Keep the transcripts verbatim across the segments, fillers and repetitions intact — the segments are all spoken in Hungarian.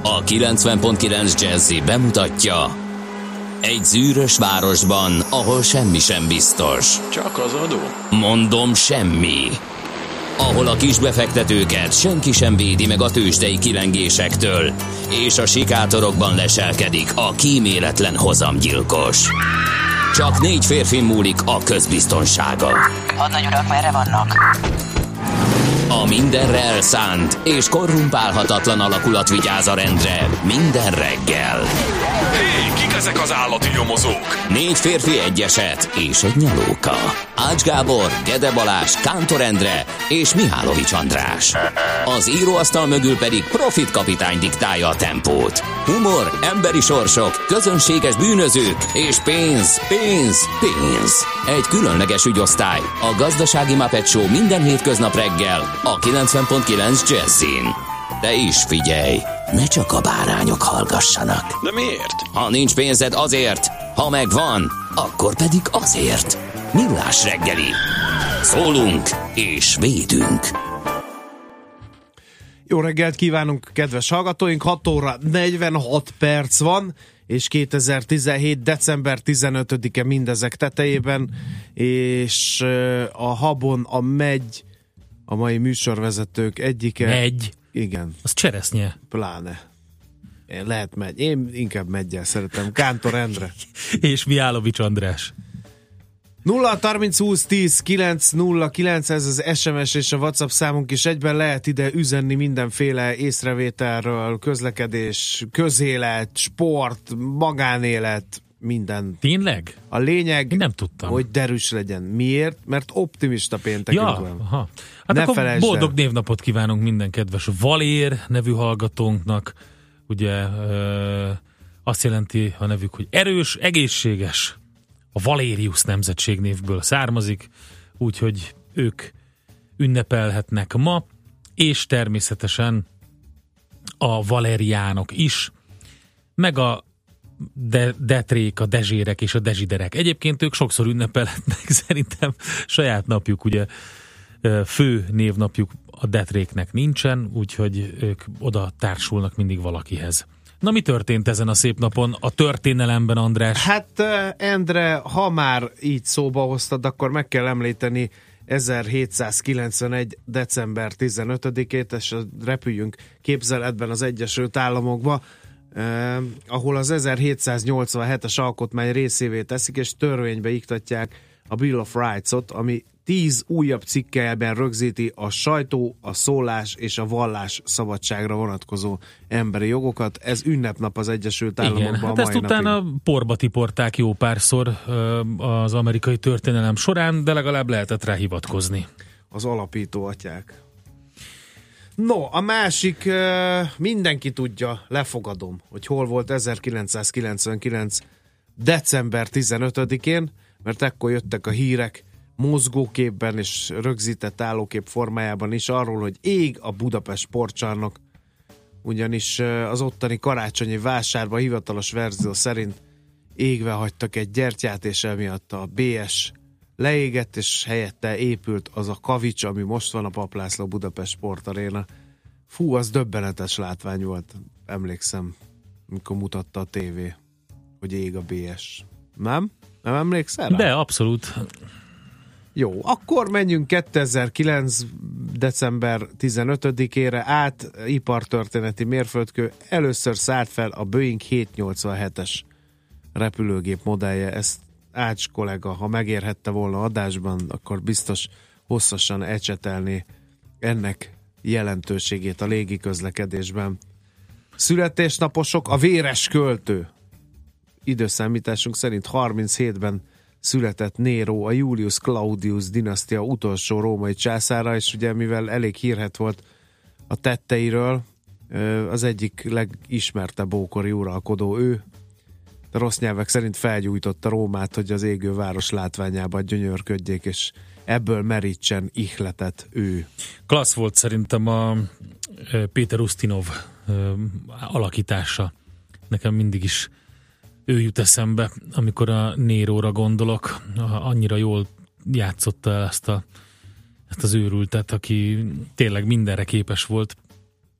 A kilencven pont kilenc Jazzy bemutatja: egy zűrös városban, ahol semmi sem biztos. Csak az adó? Mondom, semmi. Ahol a kisbefektetőket senki sem védi meg a tőzsdei kilengésektől, és a sikátorokban leselkedik a kíméletlen hozamgyilkos. Csak négy férfi múlik a közbiztonsága. Hadnagy urak, merre vannak? A mindenre elszánt és korrumpálhatatlan alakulat vigyáz a rendre minden reggel. Hé, kik ezek az állati nyomozók? Négy férfi, egy eset és egy nyalóka. Ács Gábor, Gede Balázs, Kántor Endre és Mihálovics András. Az íróasztal mögül pedig Profit kapitány diktálja a tempót. Humor, emberi sorsok, közönséges bűnözők és pénz, pénz, pénz. Egy különleges ügyosztály, a Gazdasági Muppet Show minden hétköznap reggel a kilencven pont kilenc Jazzin. De is figyelj, ne csak a bárányok hallgassanak. De miért? Ha nincs pénzed, azért, ha megvan, akkor pedig azért. Millás reggeli. Szólunk és védünk. Jó reggelt kívánunk, kedves hallgatóink! hat óra negyvenhat perc van, és kétezer-tizenhét. december tizenötödike mindezek tetejében, és a Habon a Megy, a mai műsorvezetők egyike. Megy? Igen. Az cseresznye. Pláne. Én lehet megy. Én inkább meggyel szeretem. Kántor Endre. És Mihálovics András. nulla harminc húsz tíz kilenc nulla kilenc, ez az es em es és a WhatsApp számunk is, egyben lehet ide üzenni mindenféle észrevételről, közlekedés, közélet, sport, magánélet, minden. Tényleg? A lényeg, én nem tudtam, hogy derűs legyen. Miért? Mert optimista péntekünk ja, van. Aha. Hát ne akkor boldog el. névnapot kívánunk minden kedves Valér nevű hallgatónknak. Ugye ö, azt jelenti a nevük, hogy erős, egészséges. A Valérius nemzetségnévből származik, úgyhogy ők ünnepelhetnek ma, és természetesen a valeriánok is, meg a de, detrék, a dezsérek és a dezsiderek. Egyébként ők sokszor ünnepelhetnek, szerintem saját napjuk, ugye fő névnapjuk a detréknek nincsen, úgyhogy ők oda társulnak mindig valakihez. Na, mi történt ezen a szép napon a történelemben, András? Hát, Endre, ha már így szóba hoztad, akkor meg kell említeni ezerhétszázkilencvenegy. december tizenötödikét, és repüljünk képzeletben az Egyesült Államokba, eh, ahol az ezerhétszáznyolcvanhetes alkotmány részévé teszik, és törvénybe iktatják a Bill of Rights-ot, ami tíz újabb cikkelyben rögzíti a sajtó, a szólás és a vallás szabadságra vonatkozó emberi jogokat. Ez ünnepnap az Egyesült Államokban. Igen, hát a ezt mai utána napig. porba tiporták jó párszor az amerikai történelem során, de legalább lehetett rá hivatkozni. Az alapító atyák. No, a másik, mindenki tudja, lefogadom, hogy hol volt ezerkilencszázkilencvenkilenc. december tizenötödikén, mert ekkor jöttek a hírek mozgóképben és rögzített állókép formájában is arról, hogy ég a Budapest sportcsarnok, ugyanis az ottani karácsonyi vásárban hivatalos verzió szerint égve hagytak egy gyertyát, és emiatt a bé es leégett, és helyette épült az a kavics, ami most van, a Paplászló Budapest Sportaréna. Fú, az döbbenetes látvány volt, emlékszem, amikor mutatta a tévé, hogy ég a bé es. Nem? Nem emlékszel rá? De, abszolút. Jó, akkor menjünk kétezer-kilenc. december tizenötödikére át, ipartörténeti mérföldkő. Először szállt fel a Boeing hétszáznyolcvanhetes repülőgép modellje. Ezt Ács kollega, ha megérhette volna adásban, akkor biztos hosszasan ecsetelné ennek jelentőségét a légiközlekedésben. Születésnaposok, a véres költő. Időszámításunk szerint harminchétben született Nero, a Julius Claudius dinasztia utolsó római császára, és ugye mivel elég hírhedt volt a tetteiről, az egyik legismertebb ókori uralkodó ő. A rossz nyelvek szerint felgyújtotta Rómát, hogy az égő város látványában gyönyörködjék, és ebből merítsen ihletet ő. Klassz volt szerintem a Péter Ustinov alakítása. Nekem mindig is ő jut eszembe, amikor a Néróra gondolok. Annyira jól játszotta el ezt, a, ezt az őrültet, aki tényleg mindenre képes volt.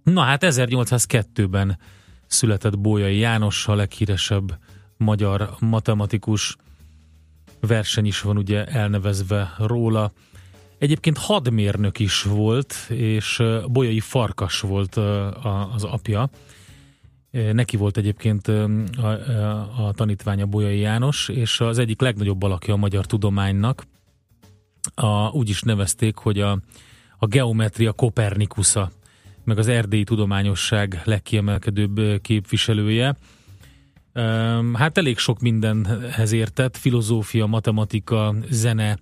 Na hát ezernyolcszázkettőben született Bolyai János, a leghíresebb magyar matematikus. Verseny is van ugye elnevezve róla. Egyébként hadmérnök is volt, és Bolyai Farkas volt az apja. Neki volt egyébként a, a, a tanítványa Bolyai János, és az egyik legnagyobb alakja a magyar tudománynak. A, úgy is nevezték, hogy a, a geometria Kopernikusza, meg az erdélyi tudományosság legkiemelkedőbb képviselője. Hát elég sok mindenhez értett, filozófia, matematika, zene,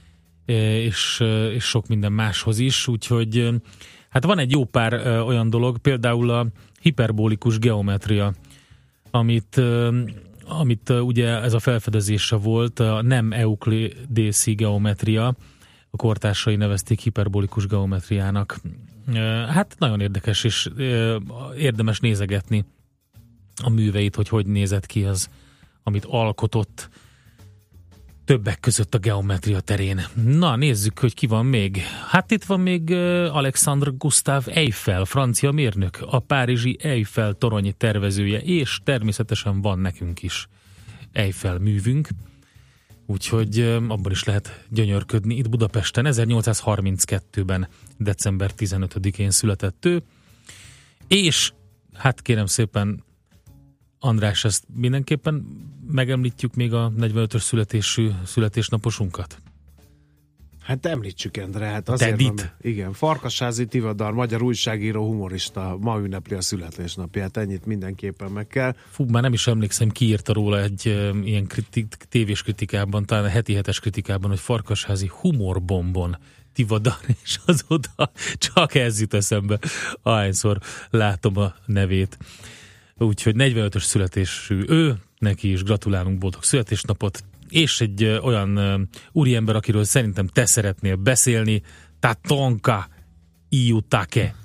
és, és sok minden máshoz is, úgyhogy hát van egy jó pár olyan dolog, például a hiperbolikus geometria, amit, amit ugye ez a felfedezése volt, a nem euklidészi geometria, a kortársai nevezték hiperbolikus geometriának. Hát nagyon érdekes, és érdemes nézegetni a műveit, hogy hogy nézett ki az, amit alkotott többek között a geometria terén. Na, nézzük, hogy ki van még. Hát itt van még Alexandre Gustave Eiffel, francia mérnök, a párizsi Eiffel torony tervezője, és természetesen van nekünk is Eiffel művünk, úgyhogy abban is lehet gyönyörködni itt Budapesten. ezernyolcszázharminckettőben december tizenötödikén született ő, és hát kérem szépen, András, ezt mindenképpen megemlítjük még a negyvenötös születésű születésnaposunkat? Hát említsük, Endre, hát azért Dedit. nem, igen, Farkasházi Tivadar, magyar újságíró, humorista, ma ünnepli a születésnapját, ennyit mindenképpen meg kell. Fú, már nem is emlékszem, ki írta róla egy e, ilyen kritik, tévés kritikában, talán a heti hetes kritikában, hogy Farkasházi humorbombon Tivadar, és azóta csak ez jut eszembe, ahányszor látom a nevét. Úgyhogy negyvenötös születésű ő, neki is gratulálunk, boldog születésnapot, és egy ö, olyan ö, úriember, akiről szerintem te szeretnél beszélni, Tatanka Iyutake.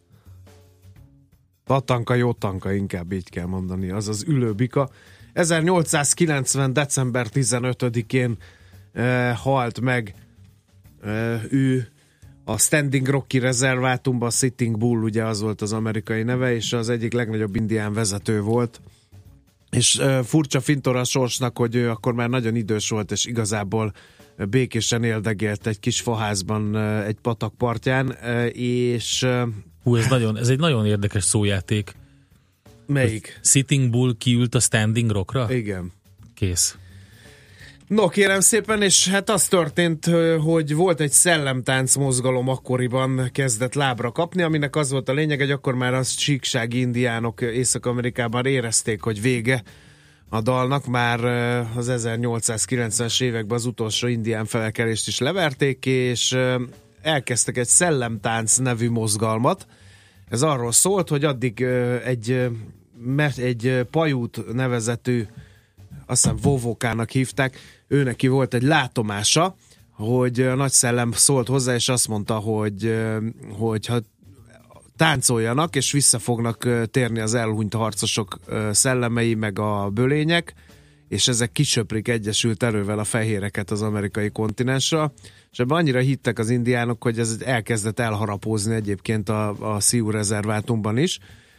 Tatanka, Jótanka, inkább így kell mondani, azaz ülőbika. ezernyolcszázkilencven. december tizenötödikén eh, halt meg eh, ő a Standing Rocky rezervátumban, a Sitting Bull, ugye az volt az amerikai neve, és az egyik legnagyobb indián vezető volt. És uh, furcsa fintora a sorsnak, hogy ő akkor már nagyon idős volt, és igazából békésen éldegélt egy kis faházban uh, egy patak partján, uh, és... Uh, Hú, ez, nagyon, ez egy nagyon érdekes szójáték. Melyik? Sitting Bull kiült a Standing Rockra? Igen. Kész. No, kérem szépen, és hát az történt, hogy volt egy szellemtánc mozgalom, akkoriban kezdett lábra kapni, aminek az volt a lényeg, hogy akkor már az síksági indiánok Észak-Amerikában érezték, hogy vége a dalnak, már az ezernyolcszázkilencvenes években az utolsó indián felkelést is leverték, és elkezdtek egy szellemtánc nevű mozgalmat. Ez arról szólt, hogy addig egy, egy Pajút nevezetű, azt hiszem Vovokának hívták, ő neki volt egy látomása, hogy a nagy szellem szólt hozzá, és azt mondta, hogy, hogy ha táncoljanak, és vissza fognak térni az elhunyt harcosok szellemei, meg a bölények, és ezek kisöprik egyesült erővel a fehéreket az amerikai kontinensre, és ebben annyira hittek az indiánok, hogy ez elkezdett elharapózni egyébként a, a Sioux rezervátumban is,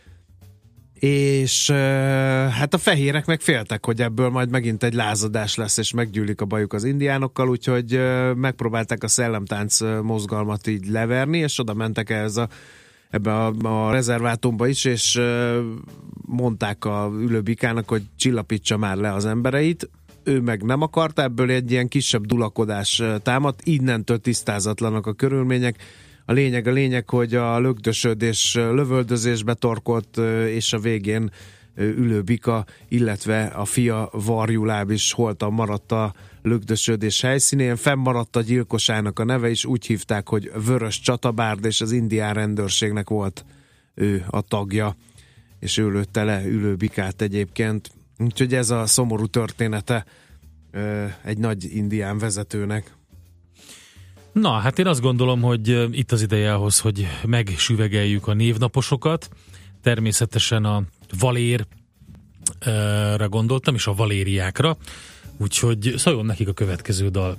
és hát a fehérek meg féltek, hogy ebből majd megint egy lázadás lesz, és meggyűlik a bajuk az indiánokkal, úgyhogy megpróbálták a szellemtánc mozgalmat így leverni, és oda mentek ez a, ebbe a, a rezervátumba is, és mondták a ülőbikának, hogy csillapítsa már le az embereit. Ő meg nem akarta, ebből egy ilyen kisebb dulakodás támadt, innentől tisztázatlanak a körülmények. A lényeg a lényeg, hogy a lögdösödés lövöldözésbe torkolt, és a végén ülőbika, illetve a fia varjuláb is holtan maradt a lögdösödés helyszínén. Fennmaradt a gyilkosának a neve is, úgy hívták, hogy Vörös Csatabárd, és az indián rendőrségnek volt ő a tagja, és ő lőtte le ülőbikát egyébként. Úgyhogy ez a szomorú története egy nagy indián vezetőnek. Na, hát én azt gondolom, hogy itt az ideje ahhoz, hogy megsüvegeljük a névnaposokat. Természetesen a Valérre gondoltam, és a Valériákra. Úgyhogy szóljon nekik a következő dal.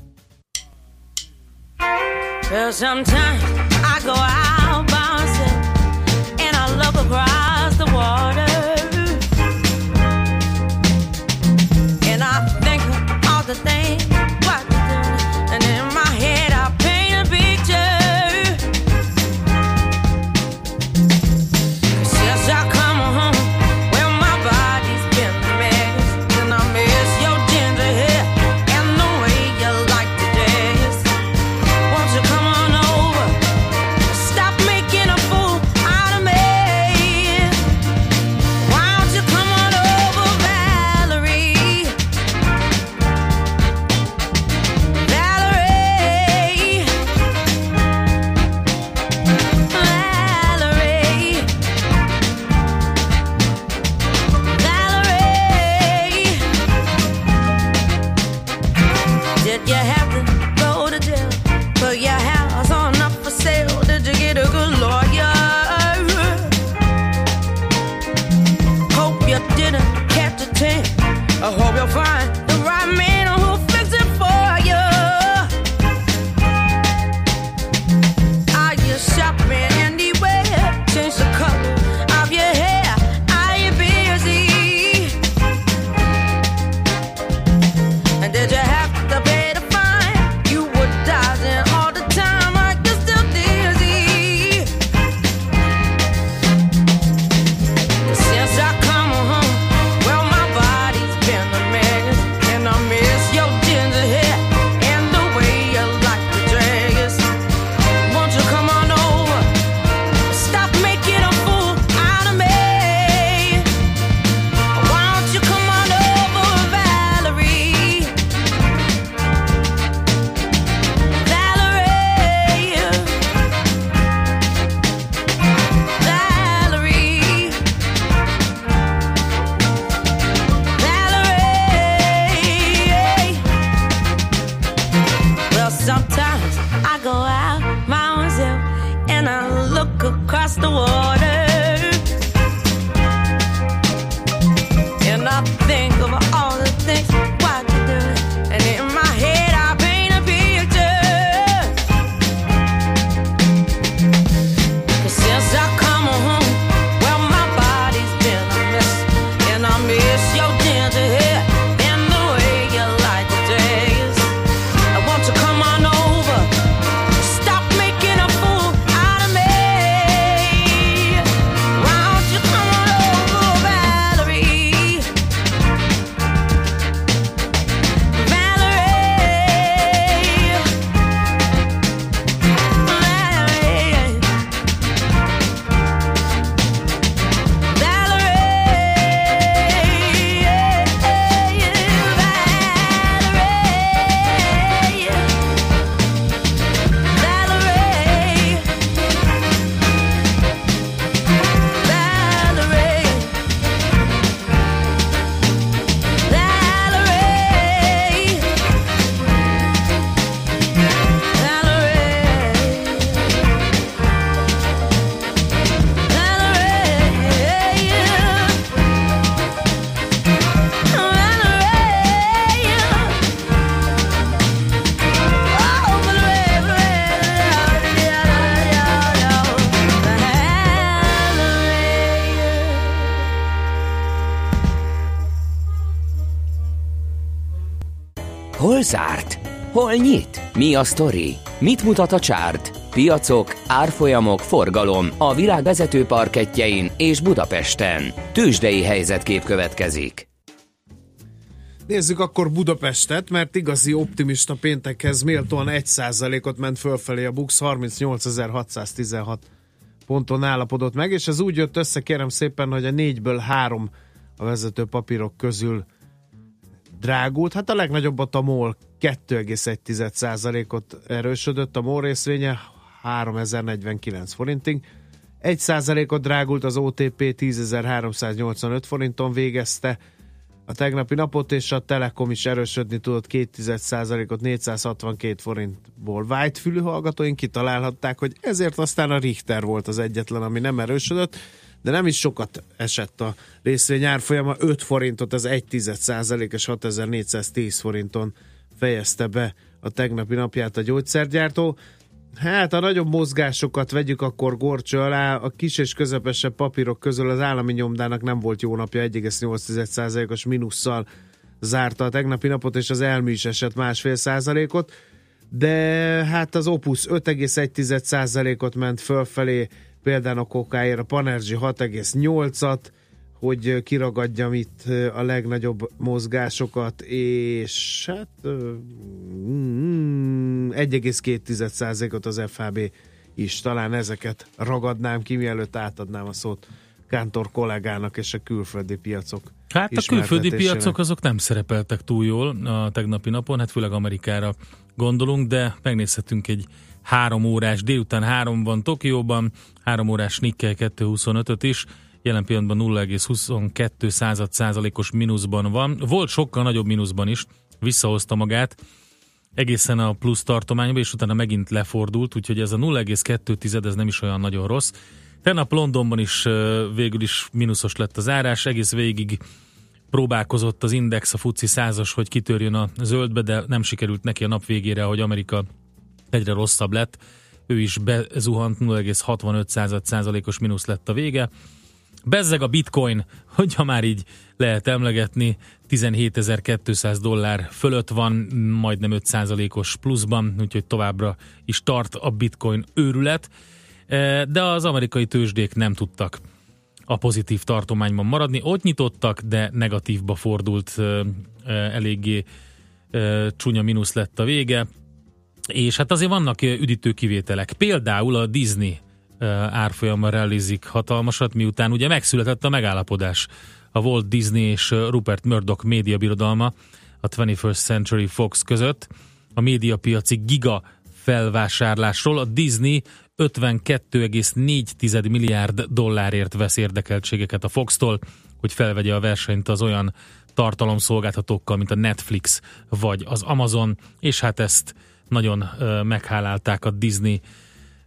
Well, sometimes I go out by myself and I look across the water, and I think of all the things what to do, and in my head I paint a picture. 'Cause since I come home, well my body's been a mess, and I miss your gentle hair and the way you light the days. I want to come on over, stop making a fool out of me. Why don't you come on over, Valerie? Valerie, Valerie, Hol zárt? Hol nyit? Mi a sztori? Mit mutat a csárt? Piacok, árfolyamok, forgalom a világ vezető parkettjein és Budapesten. Tőzsdei helyzetkép következik. Nézzük akkor Budapestet, mert igazi optimista péntekhez méltóan egy százalékot ment fölfelé a BUX, harmincnyolcezer-hatszáztizenhat ponton állapodott meg, és ez úgy jött össze, kérem szépen, hogy a négyből három a vezető papírok közül drágult. Hát a legnagyobbat a MOL kettő egész egy százalékot erősödött, a MOL részvénye háromezer-negyvenkilenc forintig. egy százalékot drágult az o té pé, tízezer-háromszáznyolcvanöt forinton végezte a tegnapi napot, és a Telekom is erősödni tudott két százalékot négyszázhatvankét forintból. Whitefülű hallgatóink kitalálhatták, hogy ezért aztán a Richter volt az egyetlen, ami nem erősödött, de nem is sokat esett a részvény árfolyama, öt forintot, az egy százalékos hatezer-négyszáztíz forinton fejezte be a tegnapi napját a gyógyszergyártó. Hát a nagyobb mozgásokat vegyük akkor górcső alá, a kis és közepesebb papírok közül az állami nyomdának nem volt jó napja, egy egész nyolc százalékos mínusszal zárta a tegnapi napot, és az Elmű is esett másfél százalékot, de hát az Opus öt egész egy százalékot ment fölfelé, például a Kokáért, a Panergy hat egész nyolcat, hogy kiragadjam itt a legnagyobb mozgásokat, és hát mm, egy egész két százalékot az ef há bé is. Talán ezeket ragadnám ki, mielőtt átadnám a szót Kántor kollégának és a külföldi piacok. Hát a külföldi piacok azok nem szerepeltek túl jól a tegnapi napon, hát főleg Amerikára gondolunk, de megnézhetünk egy három órás, délután három van Tokióban, három órás Nikkei kettő huszonötöt is, jelen pillanatban nulla egész huszonkettő százalékos mínuszban van. Volt sokkal nagyobb mínuszban is, visszahozta magát egészen a plusz tartományba, és utána megint lefordult, úgyhogy ez a nulla egész kettő ez nem is olyan nagyon rossz. Tegnap Londonban is végül is mínuszos lett az árás, egész végig próbálkozott az index, a fuci százas, hogy kitörjön a zöldbe, de nem sikerült neki a nap végére, hogy Amerika egyre rosszabb lett. Ő is bezuhant, nulla egész hatvanöt százalékos mínusz lett a vége. Bezzeg a bitcoin, hogyha már így lehet emlegetni, tizenhétezer-kétszáz dollár fölött van, majdnem öt százalékos pluszban, úgyhogy továbbra is tart a bitcoin őrület, de az amerikai tőzsdék nem tudtak a pozitív tartományban maradni. Ott nyitottak, de negatívba fordult, eléggé csúnya mínusz lett a vége, és hát azért vannak üdítő kivételek. Például a Disney árfolyama rallizik hatalmasat, miután ugye megszületett a megállapodás a Walt Disney és Rupert Murdoch médiabirodalma a twenty-first Century Fox között a médiapiaci giga felvásárlásról. A Disney ötvenkettő egész négy milliárd dollárért vesz érdekeltségeket a Foxtól, hogy felvegye a versenyt az olyan tartalomszolgáltatókkal, mint a Netflix vagy az Amazon, és hát ezt nagyon uh, meghálálták a Disney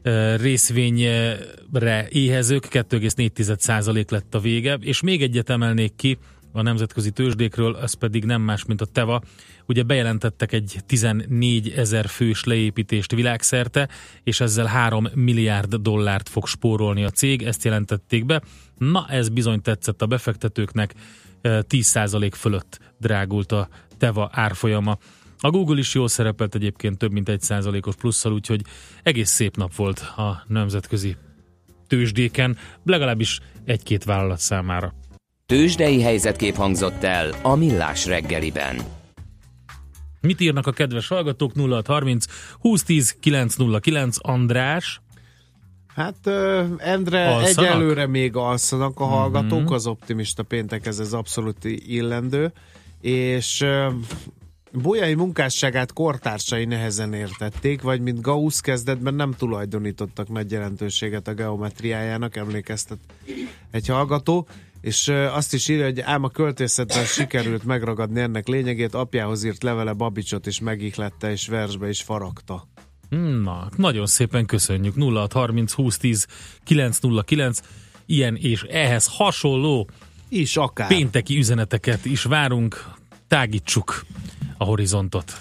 részvényre éhezők, kettő egész négy százalék lett a vége, és még egyet emelnék ki a nemzetközi tőzsdékről, ez pedig nem más, mint a Teva. Ugye bejelentettek egy tizennégyezer fős leépítést világszerte, és ezzel három milliárd dollárt fog spórolni a cég, ezt jelentették be. Na, ez bizony tetszett a befektetőknek, tíz százalék fölött drágult a Teva árfolyama. A Google is jól szerepelt egyébként, több mint egy százalékos plusszal, úgyhogy egész szép nap volt a nemzetközi tőzsdéken, legalábbis egy-két vállalat számára. Tőzsdei helyzetkép hangzott el a Millás reggeliben. Mit írnak a kedves hallgatók? nulla hat harminc húsz tíz kilenc nulla kilenc. András? Hát uh, Endre, Alszanak? egyelőre még alszanak a hallgatók, Mm-hmm. az optimista péntek, ez az abszolút illendő, és uh, Bolyai munkásságát kortársai nehezen értették, vagy mint Gauss kezdetben nem tulajdonítottak nagy jelentőséget a geometriájának, emlékeztet egy hallgató, és uh, azt is írja, hogy ám a költészetben sikerült megragadni ennek lényegét, apjához írt levele Babicsot is megihlette, és versbe is faragta. Na, nagyon szépen köszönjük. nulla hat harminc húsz tíz kilenc nulla kilenc. Ilyen és ehhez hasonló Is akár. pénteki üzeneteket is várunk. Tágítsuk a horizontot.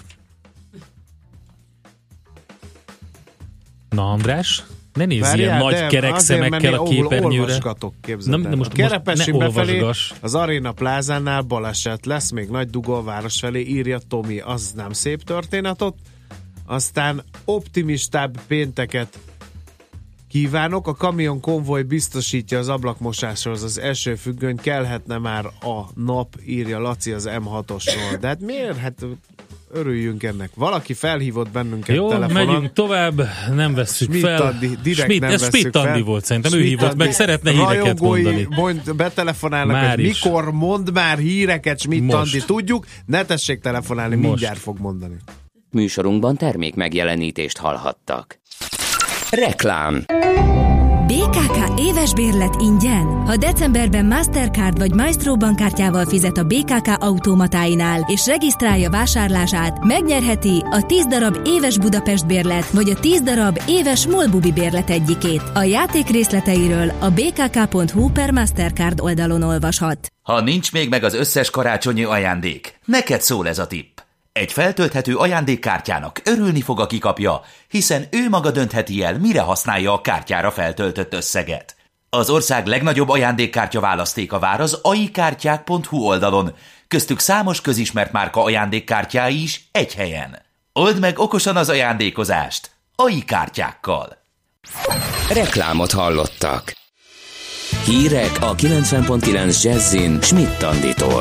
Na, András, ne nézz Várjál, ilyen nagy de kerek azért, szemekkel mert a én képernyőre. olvasgatok, képzeld Na, el. de most- a Kerepesi most ne befelé olvasgass. az Arena Plázánál baleset lesz, még nagy dugó a város felé, írja Tomi, az nem szép történet ott. Aztán optimistább pénteket kívánok, a kamion konvoj biztosítja az ablakmosáshoz az esőfüggöny, kelhetne már a nap, írja Laci az em hatosról. De hát miért? Hát örüljünk ennek. Valaki felhívott bennünket Jó, telefonon. megyünk tovább, nem vesszük Schmidt fel. Andi, direkt Schmidt, nem ez vesszük Schmidt Andi fel. volt szerintem, ő Schmidt hívott Andi. meg, szeretne híreket Rajongói mondani. Mond, betelefonnálnak, Már hogy is. mikor mond már híreket Schmidt Most. Andi, tudjuk, ne tessék telefonálni, Most. mindjárt fog mondani. Műsorunkban termék megjelenítést hallhattak. Reklám. bé ká ká éves bérlet ingyen. Ha decemberben Mastercard vagy Maestro bankkártyával fizet a bé ká ká automatáinál és regisztrálja vásárlását, megnyerheti a tíz darab éves Budapest bérlet vagy a tíz darab éves Molbubi bérlet egyikét. A játék részleteiről a bé ká ká pont hú per Mastercard oldalon olvashat. Ha nincs még meg az összes karácsonyi ajándék, neked szól ez a tipp. Egy feltölthető ajándékkártyának örülni fog, aki kapja, hiszen ő maga döntheti el, mire használja a kártyára feltöltött összeget. Az ország legnagyobb ajándékkártya választéka vár az aikártyák pont hú oldalon, köztük számos közismert márka ajándékkártyái is egy helyen. Old meg okosan az ajándékozást á i kártyákkal. Reklámot hallottak. Hírek a kilencven pont kilenc Jazzin Schmidt Anditól.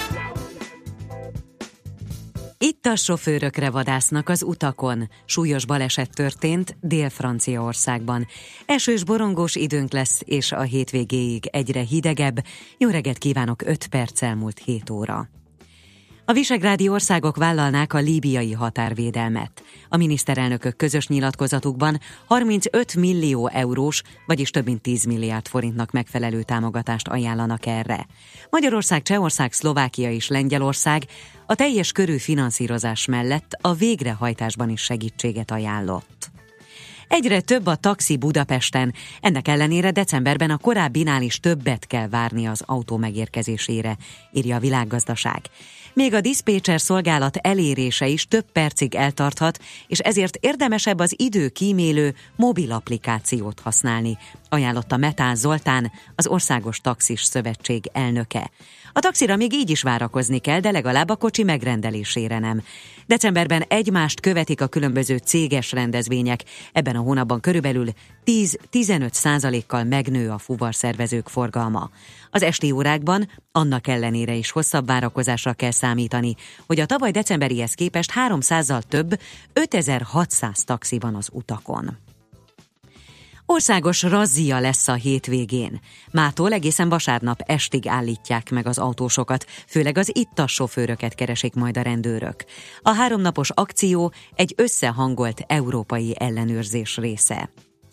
Itt a sofőrökre vadásznak az utakon. Súlyos baleset történt Dél-Franciaországban. Esős, borongós időnk lesz, és a hétvégéig egyre hidegebb. Jó reggelt kívánok, öt perc elmúlt hét óra. A visegrádi országok vállalnák a líbiai határvédelmet. A miniszterelnökök közös nyilatkozatukban harmincöt millió eurós, vagyis több mint tíz milliárd forintnak megfelelő támogatást ajánlanak erre. Magyarország, Csehország, Szlovákia és Lengyelország a teljes körű finanszírozás mellett a végrehajtásban is segítséget ajánlott. Egyre több a taxi Budapesten, ennek ellenére decemberben a korábbinál is többet kell várni az autó megérkezésére, írja a Világgazdaság. Még a diszpécser szolgálat elérése is több percig eltarthat, és ezért érdemesebb az idő kímélő mobil applikációt használni, ajánlotta Metán Zoltán, az Országos Taxis Szövetség elnöke. A taxira még így is várakozni kell, de legalább a kocsi megrendelésére nem. Decemberben egymást követik a különböző céges rendezvények, ebben a hónapban körülbelül tíz-tizenöt százalékkal megnő a fuvarszervezők forgalma. Az esti órákban annak ellenére is hosszabb várakozásra kell számítani, hogy a tavaly decemberihez képest háromszázzal több, ötezer-hatszáz taxi van az utakon. Országos razzia lesz a hétvégén. Mától egészen vasárnap estig állítják meg az autósokat, főleg az ittas sofőröket keresik majd a rendőrök. A háromnapos akció egy összehangolt európai ellenőrzés része.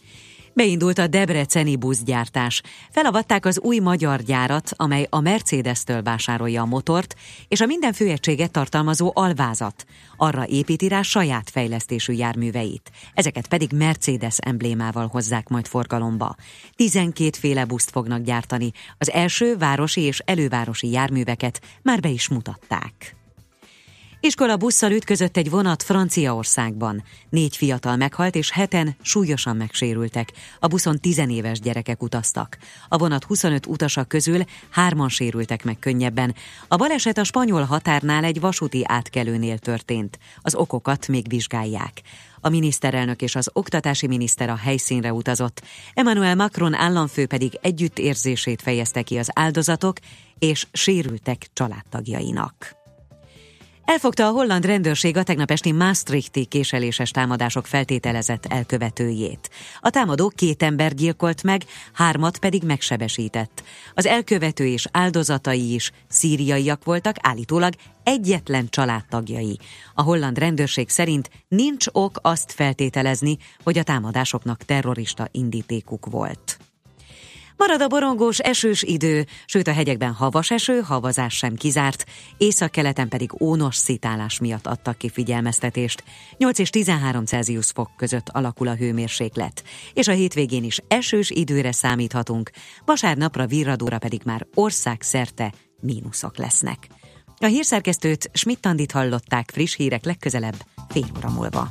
Beindult a debreceni buszgyártás. Felavatták az új magyar gyárat, amely a Mercedes-től vásárolja a motort, és a minden főegységet tartalmazó alvázat. Arra építi rá saját fejlesztésű járműveit. Ezeket pedig Mercedes emblémával hozzák majd forgalomba. Tizenkét féle buszt fognak gyártani. Az első városi és elővárosi járműveket már be is mutatták. Iskola busszal ütközött egy vonat Franciaországban. Négy fiatal meghalt és heten súlyosan megsérültek. A buszon tizenéves gyerekek utaztak. A vonat huszonöt utasa közül hárman sérültek meg könnyebben. A baleset a spanyol határnál egy vasúti átkelőnél történt. Az okokat még vizsgálják. A miniszterelnök és az oktatási miniszter a helyszínre utazott. Emmanuel Macron államfő pedig együttérzését fejezte ki az áldozatok és sérültek családtagjainak. Elfogta a holland rendőrség a tegnap esti maastrichti késeléses támadások feltételezett elkövetőjét. A támadó két ember gyilkolt meg, hármat pedig megsebesített. Az elkövető és áldozatai is szíriaiak voltak, állítólag egyetlen családtagjai. A holland rendőrség szerint nincs ok azt feltételezni, hogy a támadásoknak terrorista indítékuk volt. Marad a borongós, esős idő, sőt a hegyekben havas eső, havazás sem kizárt, északkeleten pedig ónos szitálás miatt adtak ki figyelmeztetést. nyolc és tizenhárom Celsius fok között alakul a hőmérséklet, és a hétvégén is esős időre számíthatunk, vasárnapra virradóra pedig már országszerte mínuszok lesznek. A hírszerkesztőt, Schmidt-Andit hallották, friss hírek legközelebb fél óra múlva.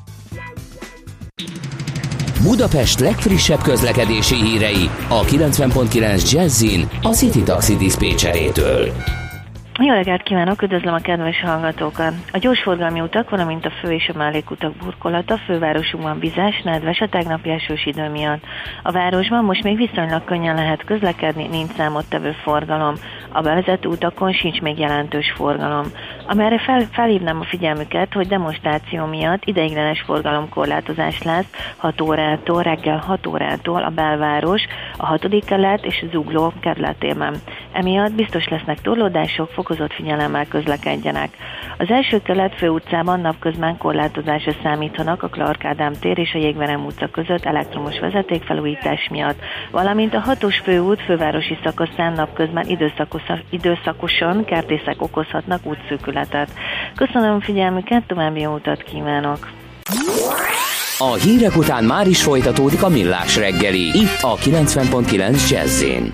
Budapest legfrissebb közlekedési hírei a kilencven pont kilenc Jazzin a City Taxi diszpécserétől. Jó reggelt kívánok, üdvözlöm a kedves hallgatókat! A gyorsforgalmi utak, valamint a fő- és a mellékutak burkolata fővárosunkban vizes, nedves a tegnapi esős idő miatt. A városban most még viszonylag könnyen lehet közlekedni, nincs számottevő forgalom. A bevezető utakon sincs még jelentős forgalom. Amerre fel, felhívnám a figyelmüket, hogy demonstráció miatt ideiglenes forgalomkorlátozás lesz hat órától, reggel hat órától a belváros, a hatodik kerület és a Zugló kerületében. Emiatt biztos lesznek torlódások, fokozott figyelemmel közlekedjenek. Az első kerület főutcában napközben korlátozásra számíthanak a Clark Ádám tér és a Jégverem utca között elektromos vezetékfelújítás miatt, valamint a hatos főút fővárosi szakaszán napközben időszakos, időszakosan kertészek okozhatnak útszűkületet. Köszönöm a figyelmüket, további jó utat kívánok! A hírek után már is folytatódik a Millás reggeli, itt a kilencven pont kilenc Jazzin.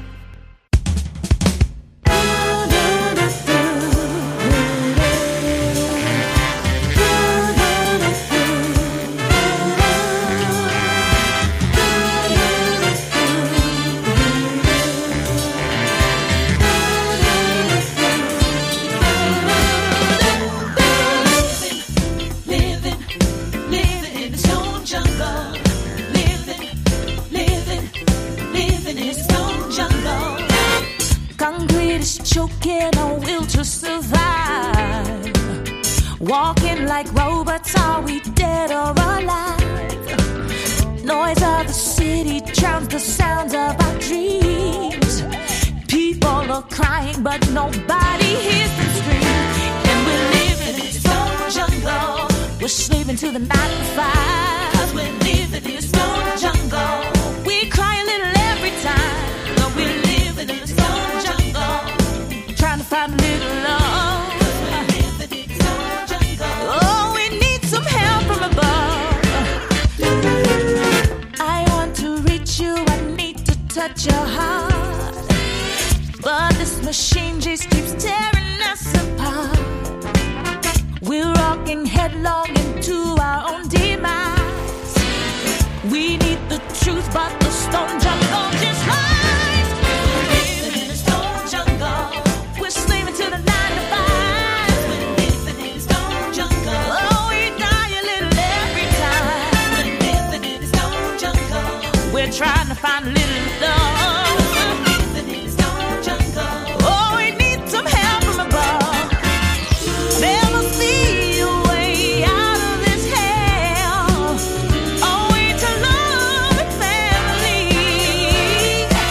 Choking our will to survive. Walking like robots, are we dead or alive? Noise of the city drowns the sounds of our dreams. People are crying, but nobody hears them scream. And we're living in this own jungle. We're sleeping to the nine to five. 'Cause we're living in this own jungle. We cry a little every time. No, we're living in this own jungle. Trying to find a little love. Oh, we need some help from above. I want to reach you, I need to touch your heart, but this machine just keeps tearing us apart. We're rocking headlong into our own demise. We need the truth, but the stone jungle just lies. We're living in a stone jungle. We're slaving to the nine to five. We're living in a stone jungle. Oh, we die a little every time. We're living in a stone jungle. We're trying to find a little love. We're living in a stone jungle. Oh, we need some help from above. There must be a way out of this hell. A way to love and family.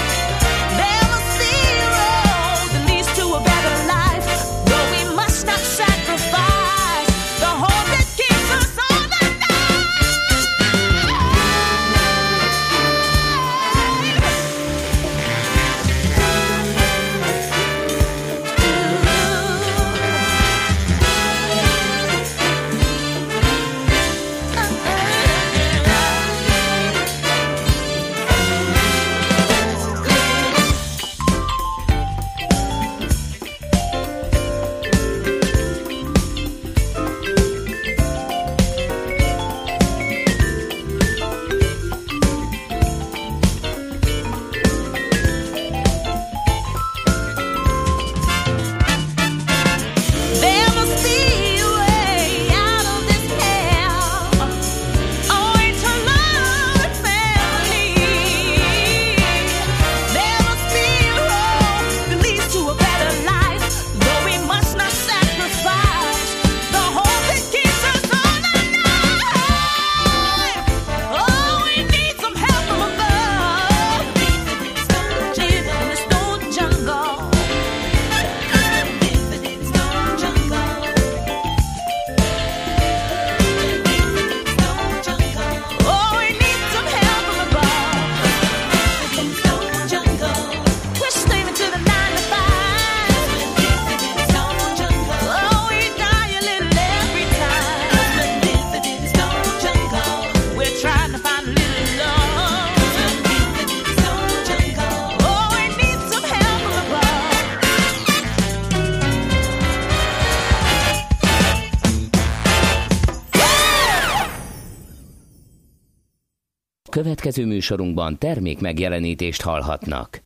következő műsorunkban termék megjelenítést hallhatnak.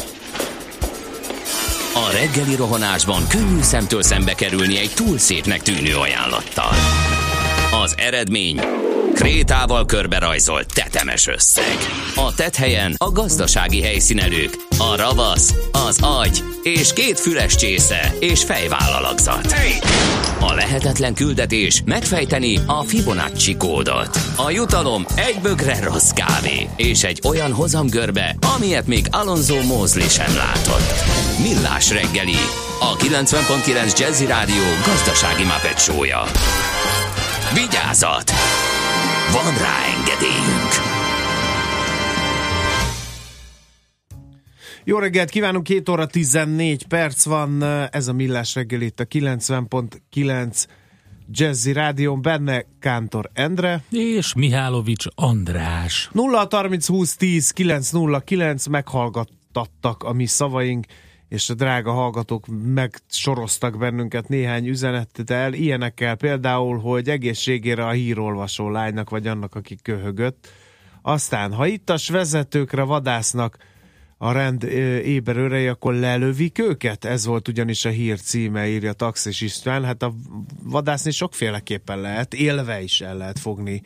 A reggeli rohanásban könnyű szemtől szembe kerülni egy túl szépnek tűnő ajánlattal. Az eredmény... krétával körberajzolt tetemes összeg. A tetthelyen a gazdasági helyszínelők, a ravasz, az agy és két füles csésze és fejvállalakzat. A lehetetlen küldetés megfejteni a Fibonacci kódot. A jutalom egy bögre rossz kávé és egy olyan hozamgörbe, amilyet még Alonso Mosley sem látott. Millás reggeli, a kilencven pont kilenc Jazzy Rádió gazdasági Muppet show-ja. Vigyázat! Van rá engedélyünk! Jó reggelt kívánunk, két óra tizennégy perc van, ez a Millás reggel itt a kilencven pont kilenc Jazzy Rádión, benne Kántor Endre és Mihálovics András. nulla harminc húsz tíz kilenc nulla kilenc, meghallgattattak a mi szavaink, és a drága hallgatók megsoroztak bennünket néhány üzenettel, ilyenekkel például, hogy egészségére a hírolvasó lánynak, vagy annak, aki köhögött. Aztán, ha ittas vezetőkre vadásznak a rend éberőrei, akkor lelövik őket? Ez volt ugyanis a hír címe, írja Taxis István. Hát a vadászni sokféleképpen lehet, élve is el lehet fogni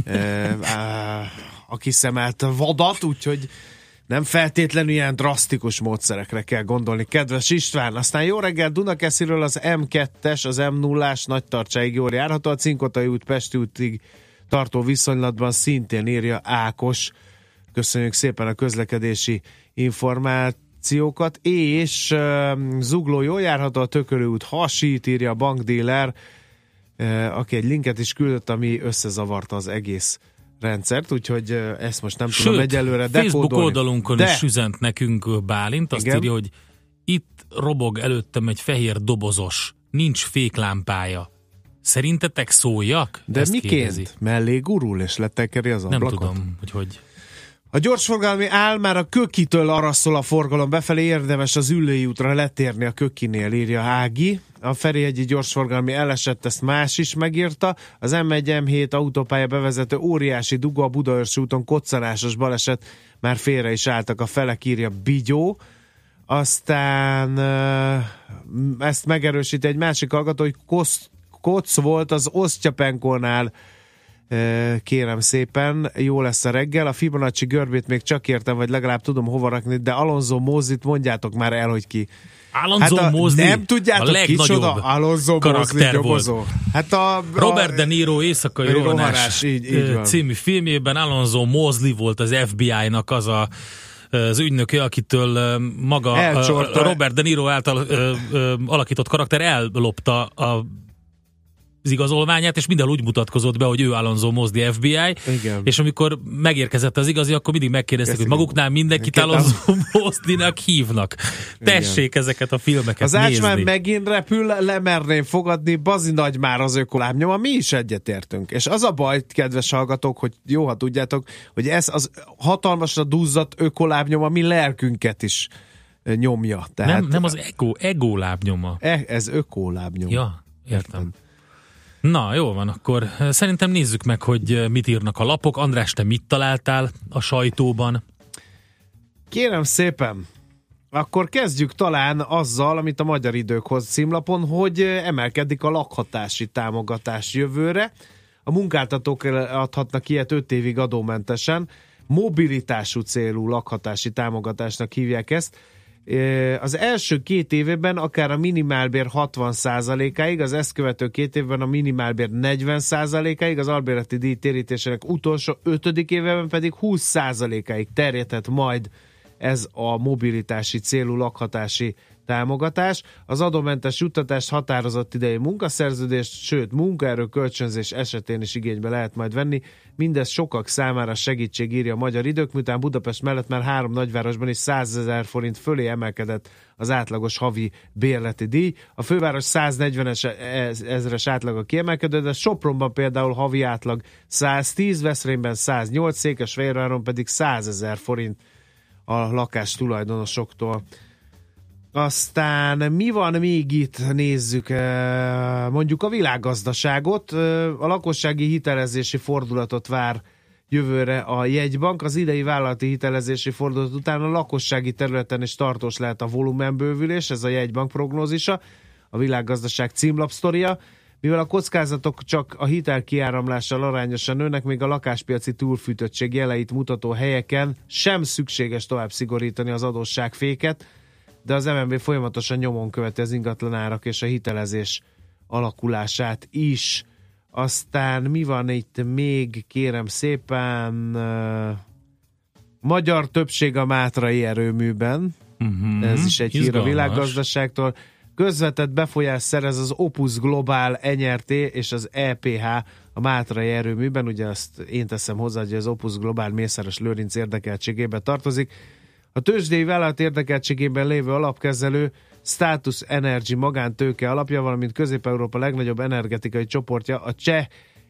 a kiszemelt vadat, úgyhogy nem feltétlenül ilyen drasztikus módszerekre kell gondolni. Kedves István, aztán jó reggel, Dunakesziről az em kettes, az em nullás Nagytarcsáig jól járható, a Cinkotai út Pesti útig tartó viszonylatban szintén, írja Ákos. Köszönjük szépen a közlekedési információkat, és uh, Zugló jól járható, a Tökölő út hasít, írja a bankdíler, uh, aki egy linket is küldött, ami összezavarta az egész rendszert, úgyhogy ezt most nem Sőt, tudom egyelőre dekódolni. Facebook oldalunkon De... is üzent nekünk Bálint, azt Igen? írja, hogy itt robog előttem egy fehér dobozos, nincs féklámpája. Szerintetek szóljak? De ezt miként? Kérdezi. Mellé gurul és letekeri az ablakot? Nem tudom, hogy hogy. A gyorsforgalmi áll már a Kökitől araszol a forgalom befelé, érdemes az Üllői útra letérni a Kökinél, írja Ági. A Ferihegyi gyorsforgalmi elesett, ezt más is megírta. Az em egy em hét autópálya bevezető óriási dugó a Budaörsi úton, koccanásos baleset, már félre is álltak a felek, írja Bigyó. Aztán ezt megerősíti egy másik hallgató, hogy kosz, koc volt az Osztyapenkónál, kérem szépen, jó lesz a reggel. A Fibonacci görbét még csak értem, vagy legalább tudom hova rakni, de Alonso Moslit mondjátok már el, hogy ki. Alonso hát a, Mosley nem tudjátok, a legnagyobb Alonso karakter volt. Hát a, Robert De Niro éjszakai rohanás így, így című filmjében Alonso Mosley volt az ef bé i-nak az a az ügynöke, akitől maga Elcsorta. Robert De Niro által ö, ö, alakított karakter ellopta a az igazolványát, és minden úgy mutatkozott be, hogy ő Alonso Mosley ef bé i, igen. És amikor megérkezett az igazi, akkor mindig megkérdezték, hogy maguknál mindenkit Alonso Mosleynak hívnak. Tessék igen. ezeket a filmeket az nézni. Az ács már megint repül, lemerném fogadni, bazi nagy már az ökolábnyoma, mi is egyetértünk. És az a baj, kedves hallgatók, hogy jó, ha tudjátok, hogy ez az hatalmasra duzzadt ökolábnyoma mi lelkünket is nyomja. Tehát nem, nem az ego, ego lábnyoma. E, ez ökolábnyoma. Ja, értem. Na, jó van, akkor szerintem nézzük meg, hogy mit írnak a lapok. András, te mit találtál a sajtóban? Kérem szépen, akkor kezdjük talán azzal, amit a Magyar Idők hoz címlapon, hogy emelkedik a lakhatási támogatás jövőre. A munkáltatók adhatnak ilyet öt évig adómentesen. Mobilitású célú lakhatási támogatásnak hívják ezt. Az első két évben akár a minimálbér hatvan százalékáig, az ezt követő két évben a minimálbér negyven százalékáig, az albérleti díj térítésének utolsó ötödik évben pedig húsz százalékáig terjedhet majd ez a mobilitási célú lakhatási támogatás. Az adómentes juttatást határozott idejű munkaszerződést, sőt munkaerő kölcsönzés esetén is igénybe lehet majd venni. Mindez sokak számára segítség, írja a Magyar Idők, miután Budapest mellett már három nagyvárosban is százezer forint fölé emelkedett az átlagos havi bérleti díj. A főváros száznegyven ezres átlaga kiemelkedő, de Sopronban például havi átlag száztíz, Veszprémben száznyolc, Székesfehérváron pedig százezer forint a lakás tulajdonosoktól. Aztán mi van még itt, nézzük mondjuk a világgazdaságot. A lakossági hitelezési fordulatot vár jövőre a jegybank. Az idei vállalati hitelezési fordulat után a lakossági területen is tartós lehet a volumenbővülés, ez a jegybank prognózisa, a világgazdaság címlapsztoria. Mivel a kockázatok csak a hitel kiáramlással arányosan nőnek, még a lakáspiaci túlfűtöttség jeleit mutató helyeken sem szükséges tovább szigorítani az adósságféket, de az em en bé folyamatosan nyomon követi az ingatlanárak és a hitelezés alakulását is. Aztán mi van itt még, kérem szépen, uh, magyar többség a mátrai erőműben, uh-huh. Ez is egy hír a világgazdaságtól. Közvetett befolyás szerez az Opus Global en er té és az é pé há a mátrai erőműben, ugye azt én teszem hozzá, hogy az Opus Global Mészáros Lőrinc érdekeltségébe tartozik. A tőzsdei vállalat érdekeltségében lévő alapkezelő Status Energy magántőke alapja, valamint Közép-Európa legnagyobb energetikai csoportja, a cseh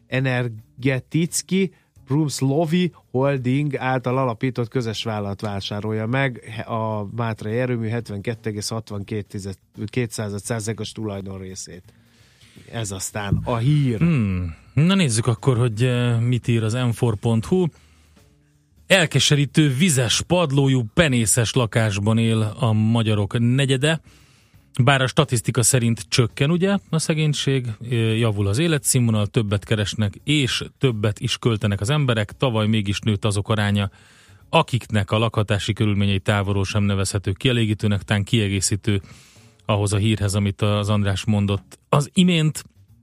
Energetický Průmyslový Holding által alapított közös vállalat vásárolja meg a mátrai erőmű hetvenkettő egész hatvankettő százalékos tulajdon részét. Ez aztán a hír. Hmm. Na nézzük akkor, hogy mit ír az em négy pont hu. Elkeserítő vizes padlójú penészes lakásban él a magyarok negyede, bár a statisztika szerint csökken ugye a szegénység, javul az életszínvonal, többet keresnek és többet is költenek az emberek, tavaly mégis nőtt azok aránya, akiknek a lakhatási körülményei távolról sem nevezhető kielégítőnek, tán kiegészítő ahhoz a hírhez, amit az András mondott az imént,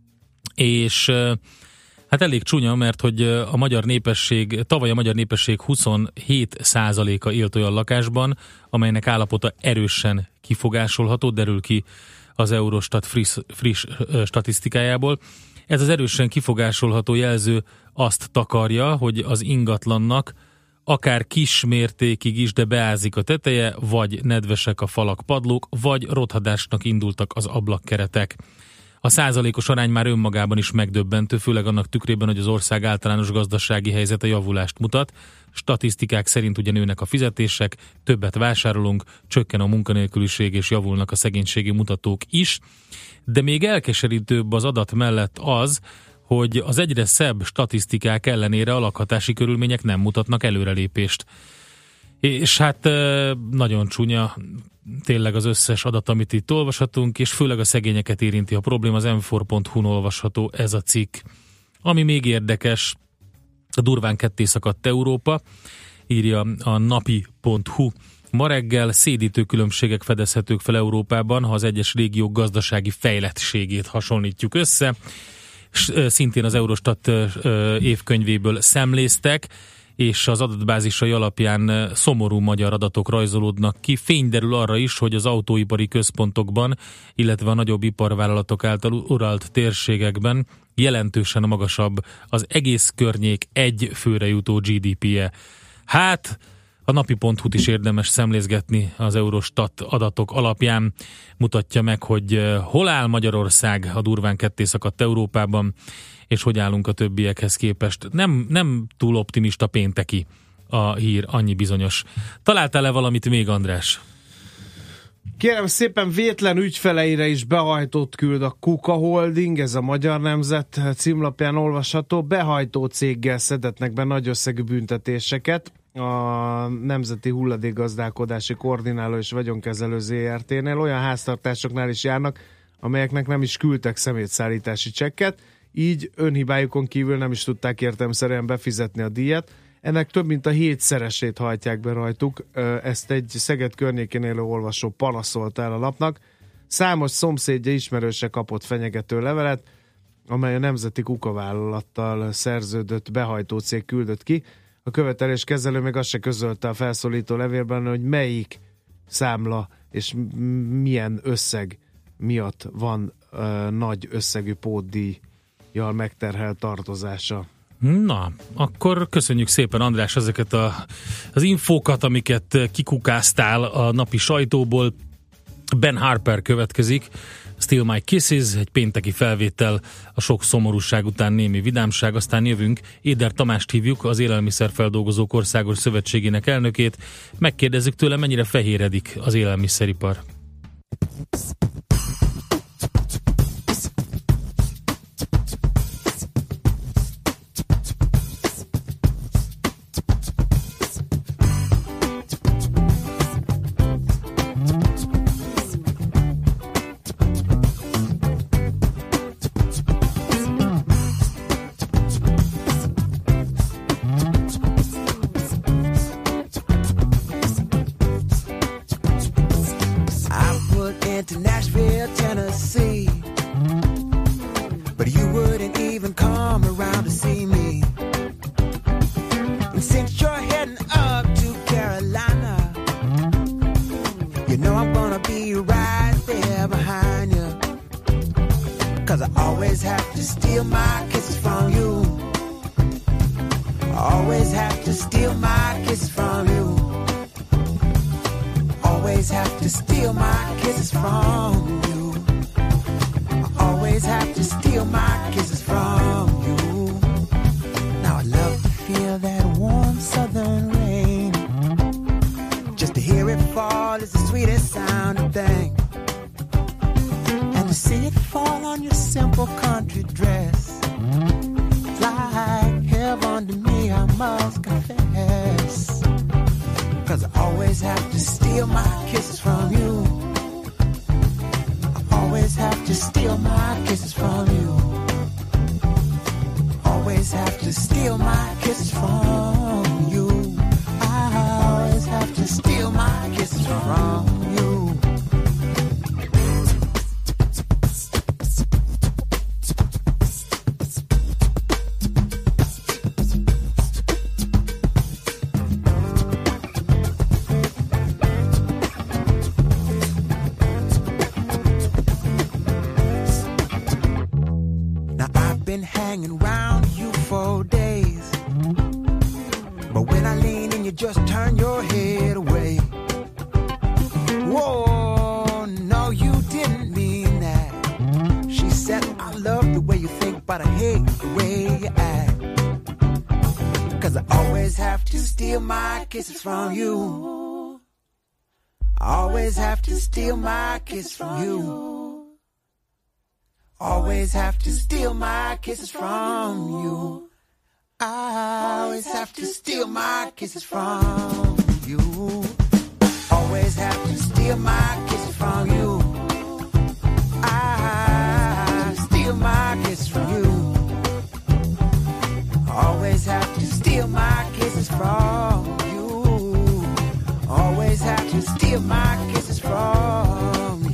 és hát elég csúnya, mert hogy a magyar népesség, tavaly a magyar népesség huszonhét százaléka élt olyan lakásban, amelynek állapota erősen kifogásolható, derül ki az Eurostat friss, friss statisztikájából. Ez az erősen kifogásolható jelző azt takarja, hogy az ingatlannak akár kis mértékig is, de beázik a teteje, vagy nedvesek a falak, padlók, vagy rothadásnak indultak az ablakkeretek. A százalékos arány már önmagában is megdöbbentő, főleg annak tükrében, hogy az ország általános gazdasági helyzete javulást mutat. Statisztikák szerint ugye nőnek a fizetések, többet vásárolunk, csökken a munkanélküliség és javulnak a szegénységi mutatók is. De még elkeserítőbb az adat mellett az, hogy az egyre szebb statisztikák ellenére a lakhatási körülmények nem mutatnak előrelépést. És hát nagyon csúnya tényleg az összes adat, amit itt olvashatunk, és főleg a szegényeket érinti a probléma. Az em négy pont hu-n olvasható ez a cikk. Ami még érdekes, a durván ketté szakadt Európa, írja a napi pont hu. Ma reggel szédítő különbségek fedezhetők fel Európában, ha az egyes régiók gazdasági fejlettségét hasonlítjuk össze. Szintén az Eurostat évkönyvéből szemléztek, és az adatbázisai alapján szomorú magyar adatok rajzolódnak ki. Fény derül arra is, hogy az autóipari központokban, illetve a nagyobb iparvállalatok által uralt térségekben jelentősen magasabb az egész környék egy főre jutó gé dé pé-je. Hát, a napi pont hu-t is érdemes szemlézgetni, az Eurostat adatok alapján mutatja meg, hogy hol áll Magyarország a durván ketté szakadt Európában, és hogy állunk a többiekhez képest. Nem, nem túl optimista pénteki a hír, annyi bizonyos. Találtál-e valamit még, András? Kérem szépen, vétlen ügyfeleire is behajtót küld a Kuka Holding, ez a Magyar Nemzet címlapján olvasható. Behajtó céggel szedetnek be nagy összegű büntetéseket a Nemzeti Hulladékgazdálkodási Koordináló és Vagyonkezelő zé er té-nél. Olyan háztartásoknál is járnak, amelyeknek nem is küldtek szemétszállítási csekket, így önhibájukon kívül nem is tudták értelemszerűen befizetni a díjat. Ennek több mint a hétszeresét hajtják be rajtuk. Ezt egy Szeged környékén élő olvasó panaszolta el a lapnak. Számos szomszédja, ismerőse kapott fenyegető levelet, amely a Nemzeti Kukavállalattal szerződött behajtó cég küldött ki. A követelés kezelő még azt se közölte a felszólító levélben, hogy melyik számla és milyen összeg miatt van uh, nagy összegű pótdíjjal megterhelt tartozása. Na, akkor köszönjük szépen, András, ezeket a, az infókat, amiket kikukáztál a napi sajtóból. Ben Harper következik, Still My Kisses, egy pénteki felvétel, a sok szomorúság után némi vidámság, aztán jövünk. Éder Tamást hívjuk, az Élelmiszerfeldolgozók Országos Szövetségének elnökét. Megkérdezzük tőle, mennyire fehéredik az élelmiszeripar. Hollywood and to Nashville, Tennessee. But you wouldn't even come around to see me. And since you're heading up to Carolina, you know I'm gonna be right there behind you. Cause I always have to steal my kisses from you. I always have to steal my kisses from you. Always have to steal my kisses from you. I always have to steal my kisses from you. Now I love to feel that warm southern rain. Just to hear it fall is the sweetest sounding thing. And to see it fall on your simple country dress, it's like heaven to me, I must confess. Cause I always have to steal my kisses from you. I always have to steal my kisses from you. Always have to steal my kisses from you. I always have to steal my kisses from you. Hanging round you for days, but when I lean in, you just turn your head away. Whoa, no, you didn't mean that. She said, I love the way you think, but I hate the way you act. Cause I always have to steal my kisses from you. I always have to steal my kisses from you. Always have to steal my kisses from you. I always have to steal my kisses from you. Always have to steal my kisses from you. I steal my kisses from you. Always have to steal my kisses from you. Always have to steal my kisses from you.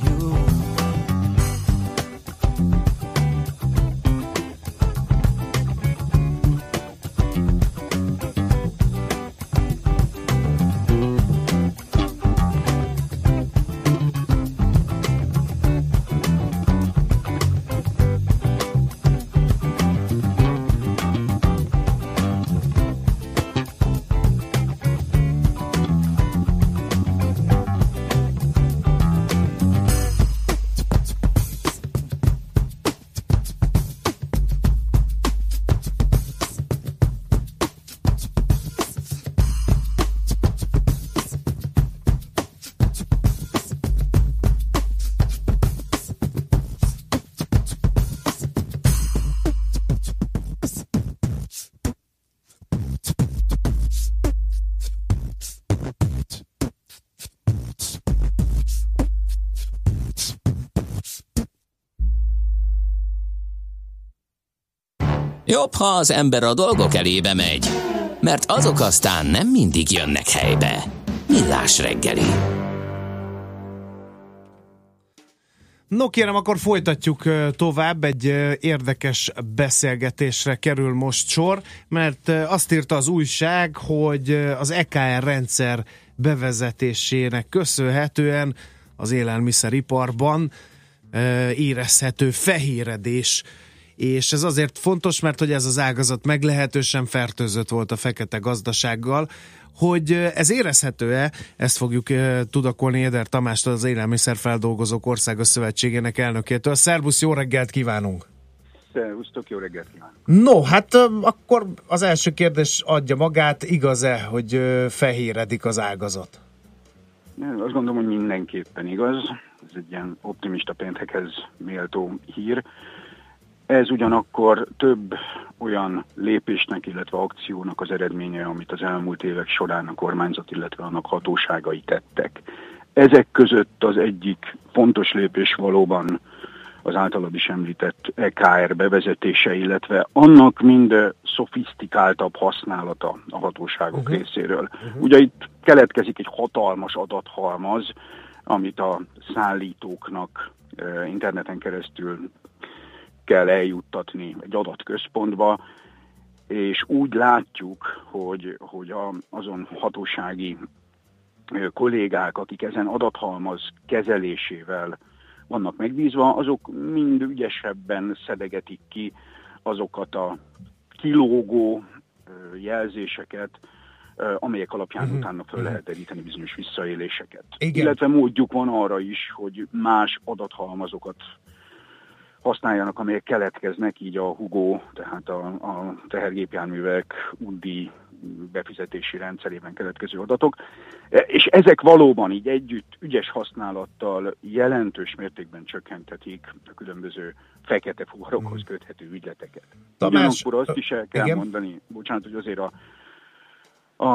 Jobb, ha az ember a dolgok elébe megy, mert azok aztán nem mindig jönnek helybe. Millás reggeli. No kérem, akkor folytatjuk tovább, egy érdekes beszélgetésre kerül most sor, mert azt írta az újság, hogy az é ká er rendszer bevezetésének köszönhetően az élelmiszeriparban érezhető fehéredés. És ez azért fontos, mert hogy ez az ágazat meglehetősen fertőzött volt a fekete gazdasággal. Hogy ez érezhető-e, ezt fogjuk tudakolni Éder Tamástól, az Élelmiszerfeldolgozók Országos Szövetségének elnökétől. Szerbusz, jó reggelt kívánunk! Szervusztok, jó reggelt kívánok! No, hát akkor az első kérdés adja magát, igaz-e, hogy fehéredik az ágazat? Azt gondolom, hogy mindenképpen igaz. Ez egy ilyen optimista péntekhez méltó hír. Ez ugyanakkor több olyan lépésnek, illetve akciónak az eredménye, amit az elmúlt évek során a kormányzat, illetve annak hatóságai tettek. Ezek között az egyik fontos lépés valóban az általad is említett é ká er bevezetése, illetve annak mind szofisztikáltabb használata a hatóságok uh-huh. részéről. Uh-huh. Ugye itt keletkezik egy hatalmas adathalmaz, amit a szállítóknak interneten keresztül kell eljuttatni egy adatközpontba, és úgy látjuk, hogy, hogy a, azon hatósági kollégák, akik ezen adathalmaz kezelésével vannak megbízva, azok mind ügyesebben szedegetik ki azokat a kilógó jelzéseket, amelyek alapján uh-huh. utána föl lehet deríteni bizonyos visszaéléseket. Igen. Illetve módjuk van arra is, hogy más adathalmazokat használjanak, amelyek keletkeznek, így a Hugo, tehát a, a tehergépjárművek UDI befizetési rendszerében keletkező adatok, és ezek valóban így együtt ügyes használattal jelentős mértékben csökkenthetik a különböző fekete fuvarokhoz köthető ügyleteket. Tamás, ugyanakkor azt is el kell igen? mondani, bocsánat, hogy azért a, a,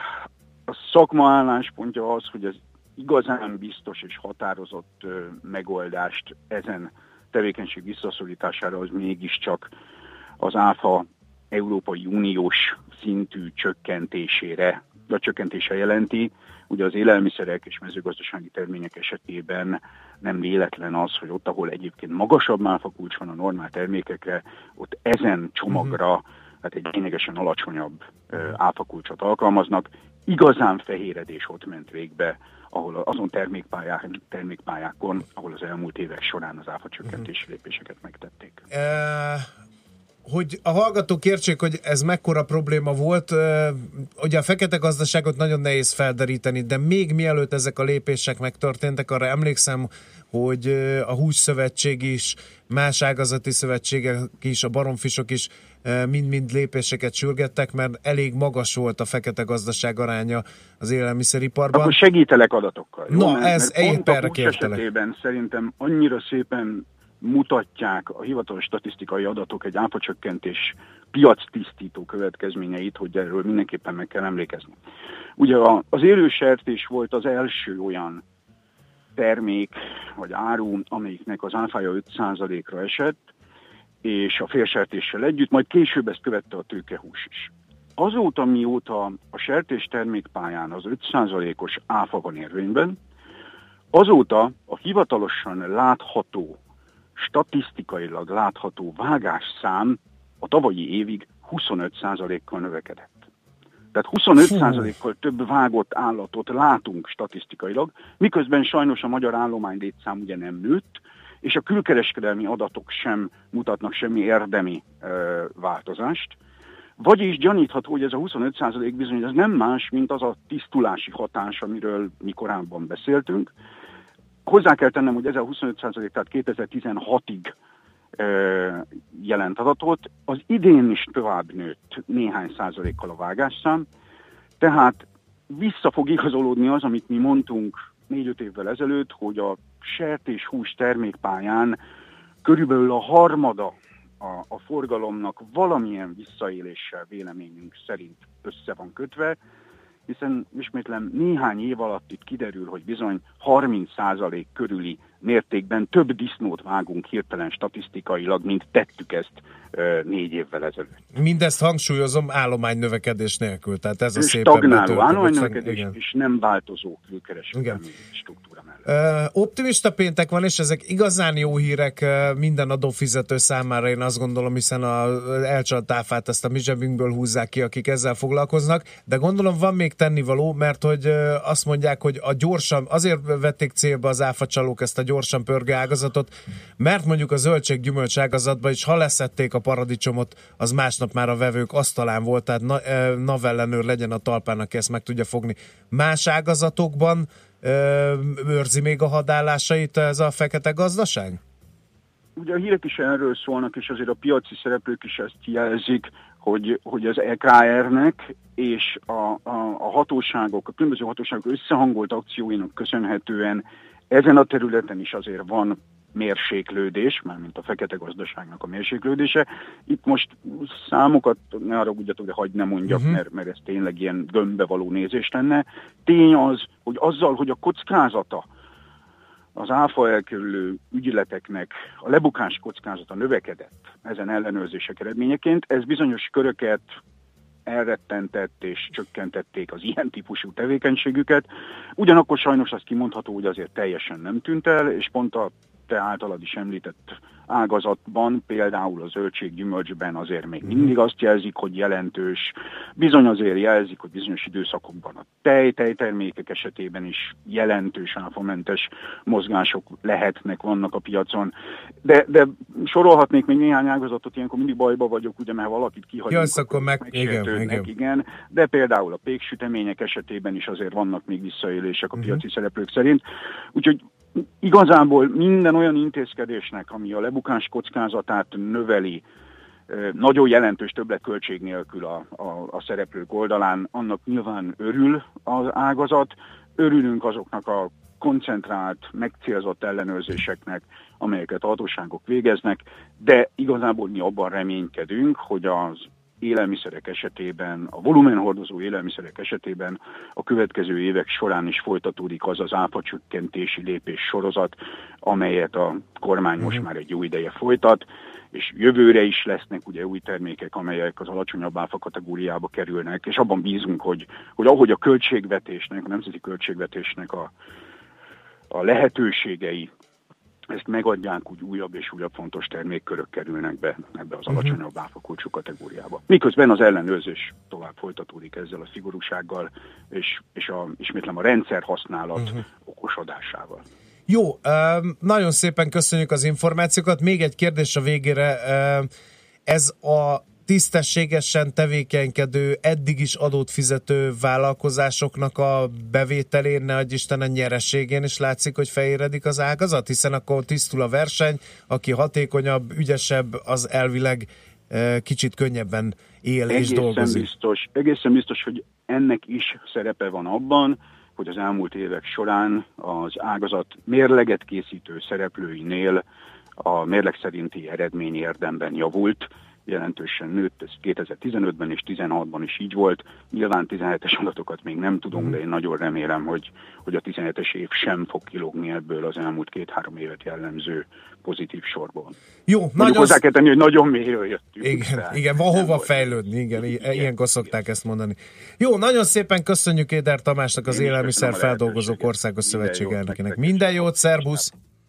a szakma álláspontja az, hogy ez igazán biztos és határozott ö, megoldást ezen tevékenység visszaszorítására az mégiscsak az áfa Európai Uniós szintű csökkentésére, a csökkentése jelenti. Ugye az élelmiszerek és mezőgazdasági termények esetében nem véletlen az, hogy ott, ahol egyébként magasabb áfakulcs van a normál termékekre, ott ezen csomagra hát egy lényegesen alacsonyabb áfakulcsot alkalmaznak. Igazán fehéredés ott ment végbe, ahol azon termékpályák, termékpályákon, ahol az elmúlt évek során az áfacsökkentési lépéseket megtették. Uh... Hogy a hallgatók értsék, hogy ez mekkora probléma volt, ugye a fekete gazdaságot nagyon nehéz felderíteni, de még mielőtt ezek a lépések megtörténtek, arra emlékszem, hogy a Hússzövetség is, más ágazati szövetségek is, a baromfisok is mind-mind lépéseket sürgettek, mert elég magas volt a fekete gazdaság aránya az élelmiszeriparban. Akkor segítelek adatokkal. No, mert, ez mert épp erre kértelek. Esetében szerintem annyira szépen mutatják a hivatalos statisztikai adatok egy áfacsökkentés piactisztító következményeit, hogy erről mindenképpen meg kell emlékezni. Ugye az élősertés volt az első olyan termék vagy áru, amelyiknek az áfája öt százalékra esett, és a félsertéssel együtt, majd később ezt követte a tőkehús is. Azóta, mióta a sertés termékpályán az öt százalékos áfa van érvényben, azóta a hivatalosan látható, statisztikailag látható vágásszám a tavalyi évig huszonöt százalékkal növekedett. Tehát huszonöt százalékkal több vágott állatot látunk statisztikailag, miközben sajnos a magyar állomány létszám ugye nem nőtt, és a külkereskedelmi adatok sem mutatnak semmi érdemi ö, változást. Vagyis gyanítható, hogy ez a huszonöt százalék bizony ez nem más, mint az a tisztulási hatás, amiről mi korábban beszéltünk. Hozzá kell tennem, hogy ez a huszonöt százalék, tehát kétezer-tizenhatig ö, jelent adatot. Az idén is tovább nőtt néhány százalékkal a vágásszám, tehát vissza fog igazolódni az, amit mi mondtunk négy-öt évvel ezelőtt, hogy a sertéshús termékpályán körülbelül a harmada a, a forgalomnak valamilyen visszaéléssel véleményünk szerint össze van kötve, hiszen ismétlem néhány év alatt itt kiderül, hogy bizony harminc százalék körüli mértékben több disznót vágunk hirtelen statisztikailag, mint tettük ezt ö, négy évvel ezelőtt. Mindezt hangsúlyozom állománynövekedés nélkül, tehát ez a szép stagnáló állománynövekedés és nem változó külkereskedelmi struktúra mellett. Ö, optimista péntek van, és ezek igazán jó hírek minden adófizető számára, én azt gondolom, hiszen a elcsalt áfát ezt a mi zsebünkből húzzák ki, akik ezzel foglalkoznak, de gondolom van még tennivaló, mert hogy azt mondják, hogy a gyorsan, azért vették célba az áfacsalók ezt a gyorsan pörgő ágazatot, mert mondjuk a zöldség-gyümölcs ágazatban is, ha leszették a paradicsomot, az másnap már a vevők asztalán volt, tehát na, navellenőr legyen a talpán, aki ezt meg tudja fogni. Más ágazatokban őrzi még a hadállásait ez a fekete gazdaság? Ugye a hírek is erről szólnak, és azért a piaci szereplők is ezt jelzik, hogy, hogy az é ká er-nek és a, a, a hatóságok, a különböző hatóságok összehangolt akcióinak köszönhetően ezen a területen is azért van mérséklődés, mármint a fekete gazdaságnak a mérséklődése. Itt most számokat, ne haragudjatok, de hagyd ne mondjak, uh-huh. mert, mert ez tényleg ilyen gömbbe való nézés lenne. Tény az, hogy azzal, hogy a kockázata az áfa elkerülő ügyleteknek a lebukás kockázata növekedett ezen ellenőrzések eredményeként, ez bizonyos köröket elrettentett és csökkentették az ilyen típusú tevékenységüket. Ugyanakkor sajnos azt kimondható, hogy azért teljesen nem tűnt el, és pont a te általad is említett ágazatban, például a zöldséggyümölcsben azért még mindig azt jelzik, hogy jelentős, bizony azért jelzik, hogy bizonyos időszakokban a tej, tejtermékek esetében is jelentős áfamentes mozgások lehetnek, vannak a piacon. De, de sorolhatnék még néhány ágazatot, ilyenkor mindig bajba vagyok, ugye, mert valakit kihagyunk. Jössz, akkor meg, igen, igen. igen. De például a péksütemények esetében is azért vannak még visszaélések a piaci uh-huh. szereplők szerint. Úgyhogy igazából minden olyan intézkedésnek, ami a lebukás kockázatát növeli, nagyon jelentős többletköltség nélkül a, a, a szereplők oldalán, annak nyilván örül az ágazat, örülünk azoknak a koncentrált, megcélzott ellenőrzéseknek, amelyeket a hatóságok végeznek, de igazából mi abban reménykedünk, hogy az élelmiszerek esetében, a volumenhordozó élelmiszerek esetében a következő évek során is folytatódik az az áfacsökkentési lépés sorozat, amelyet a kormány most már egy jó ideje folytat, és jövőre is lesznek ugye új termékek, amelyek az alacsonyabb áfa kategóriába kerülnek, és abban bízunk, hogy, hogy ahogy a költségvetésnek, a nemzeti költségvetésnek a, a lehetőségei ezt megadják, úgy újabb és újabb fontos termékkörök kerülnek be ebbe az alacsonyabb áfakulcsú kategóriába. Miközben az ellenőrzés tovább folytatódik ezzel a szigorúsággal, és, és a, ismétlem a rendszer használat uh-huh. okosodásával. Jó, nagyon szépen köszönjük az információkat. Még egy kérdés a végére. Ez a tisztességesen tevékenykedő, eddig is adót fizető vállalkozásoknak a bevételén, ne adj Isten, a nyereségén is látszik, hogy feléredik az ágazat, hiszen akkor tisztul a verseny, aki hatékonyabb, ügyesebb, az elvileg kicsit könnyebben él és egészen dolgozik. Biztos, egészen biztos, hogy ennek is szerepe van abban, hogy az elmúlt évek során az ágazat mérleget készítő szereplőinél a mérleg szerinti eredmény érdemben javult, jelentősen nőtt, ez kétezer-tizenötben és tizenhatban is így volt. Nyilván tizenhetes adatokat még nem tudunk, de én nagyon remélem, hogy, hogy a tizenhetes év sem fog kilógni ebből az elmúlt két-három évet jellemző pozitív sorból. Jó, Mondjuk nagyon hozzá kell tenni, hogy nagyon mélyről jöttünk. Igen, igen, van hova fejlődni, igen, igen, ilyenkor szokták ezt mondani. Jó, nagyon szépen köszönjük Éder Tamásnak, az Élelmiszer Feldolgozók Országos Szövetség elnökének. Minden jót, szervusz!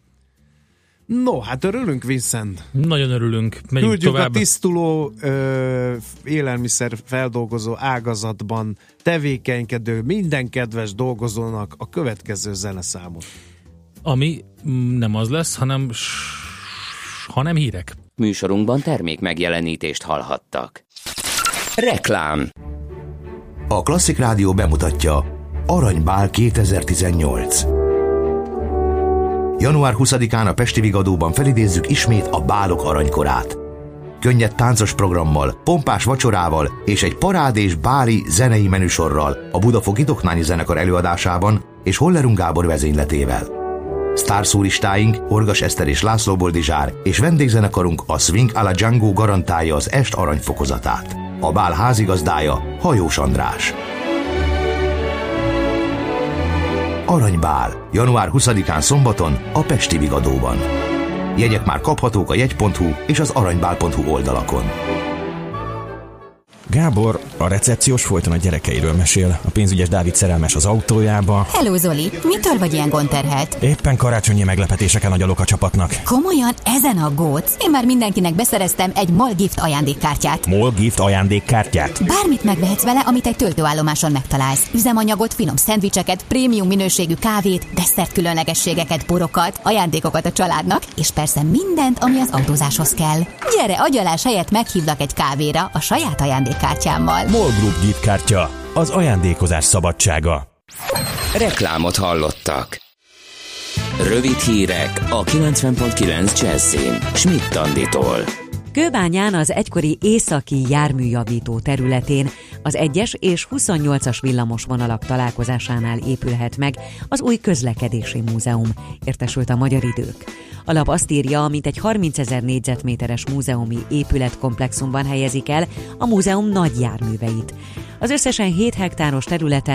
No, hát örülünk, Vincent. Nagyon örülünk. Megyünk Küldjük tovább. a tisztuló ö, élelmiszer feldolgozó ágazatban tevékenykedő minden kedves dolgozónak a következő zeneszámot. Ami nem az lesz, hanem, hanem hírek. Műsorunkban termék megjelenítést hallhattak. Reklám. A Klasszik Rádió bemutatja Aranybál kétezer-tizennyolc. január huszadikán a Pesti Vigadóban felidézzük ismét a bálok aranykorát. Könnyed táncos programmal, pompás vacsorával és egy parádés báli zenei menüsorral a Budafoki Doknányi Zenekar előadásában és Hollerung Gábor vezényletével. Sztárszólistáink Orgas Eszter és László Boldizsár és vendégzenekarunk a Swing a la Django garantálja az est aranyfokozatát. A bál házigazdája Hajós András. Aranybál. január huszadikán szombaton a Pesti Vigadóban. Jegyek már kaphatók a jegy pont hu és az aranybál pont hu oldalakon. Gábor, a recepciós folyton a gyerekeiről mesél. A pénzügyes Dávid szerelmes az autójába. Hello Zoli, mitől vagy ilyen gondterhelt? Éppen karácsonyi meglepetéseken agyalok a csapatnak. Komolyan, ezen aggódsz? Én már mindenkinek beszereztem egy MOL Gift ajándékkártyát. MOL Gift ajándékkártyát? Bármit megvehetsz vele, amit egy töltőállomáson megtalálsz. Üzemanyagot, finom szendvicseket, prémium minőségű kávét, desszert különlegességeket, borokat, ajándékokat a családnak, és persze mindent, ami az autózáshoz kell. Gyere, agyalás helyett meghívlak egy kávéra a saját ajándékkártyámmal. MOL Group Gift kártya. Az ajándékozás szabadsága. Reklámot hallottak. Rövid hírek a kilencven pont kilenc Jazzin Schmidt Anditól. Kőbányán az egykori északi járműjavító területén az egyes és huszonnyolcas villamos vonalak találkozásánál épülhet meg az új közlekedési múzeum, értesült a Magyar Idők. A lap azt írja, mint egy harmincezer négyzetméteres múzeumi épületkomplexumban helyezik el a múzeum nagy járműveit. Az összesen hét hektáros területen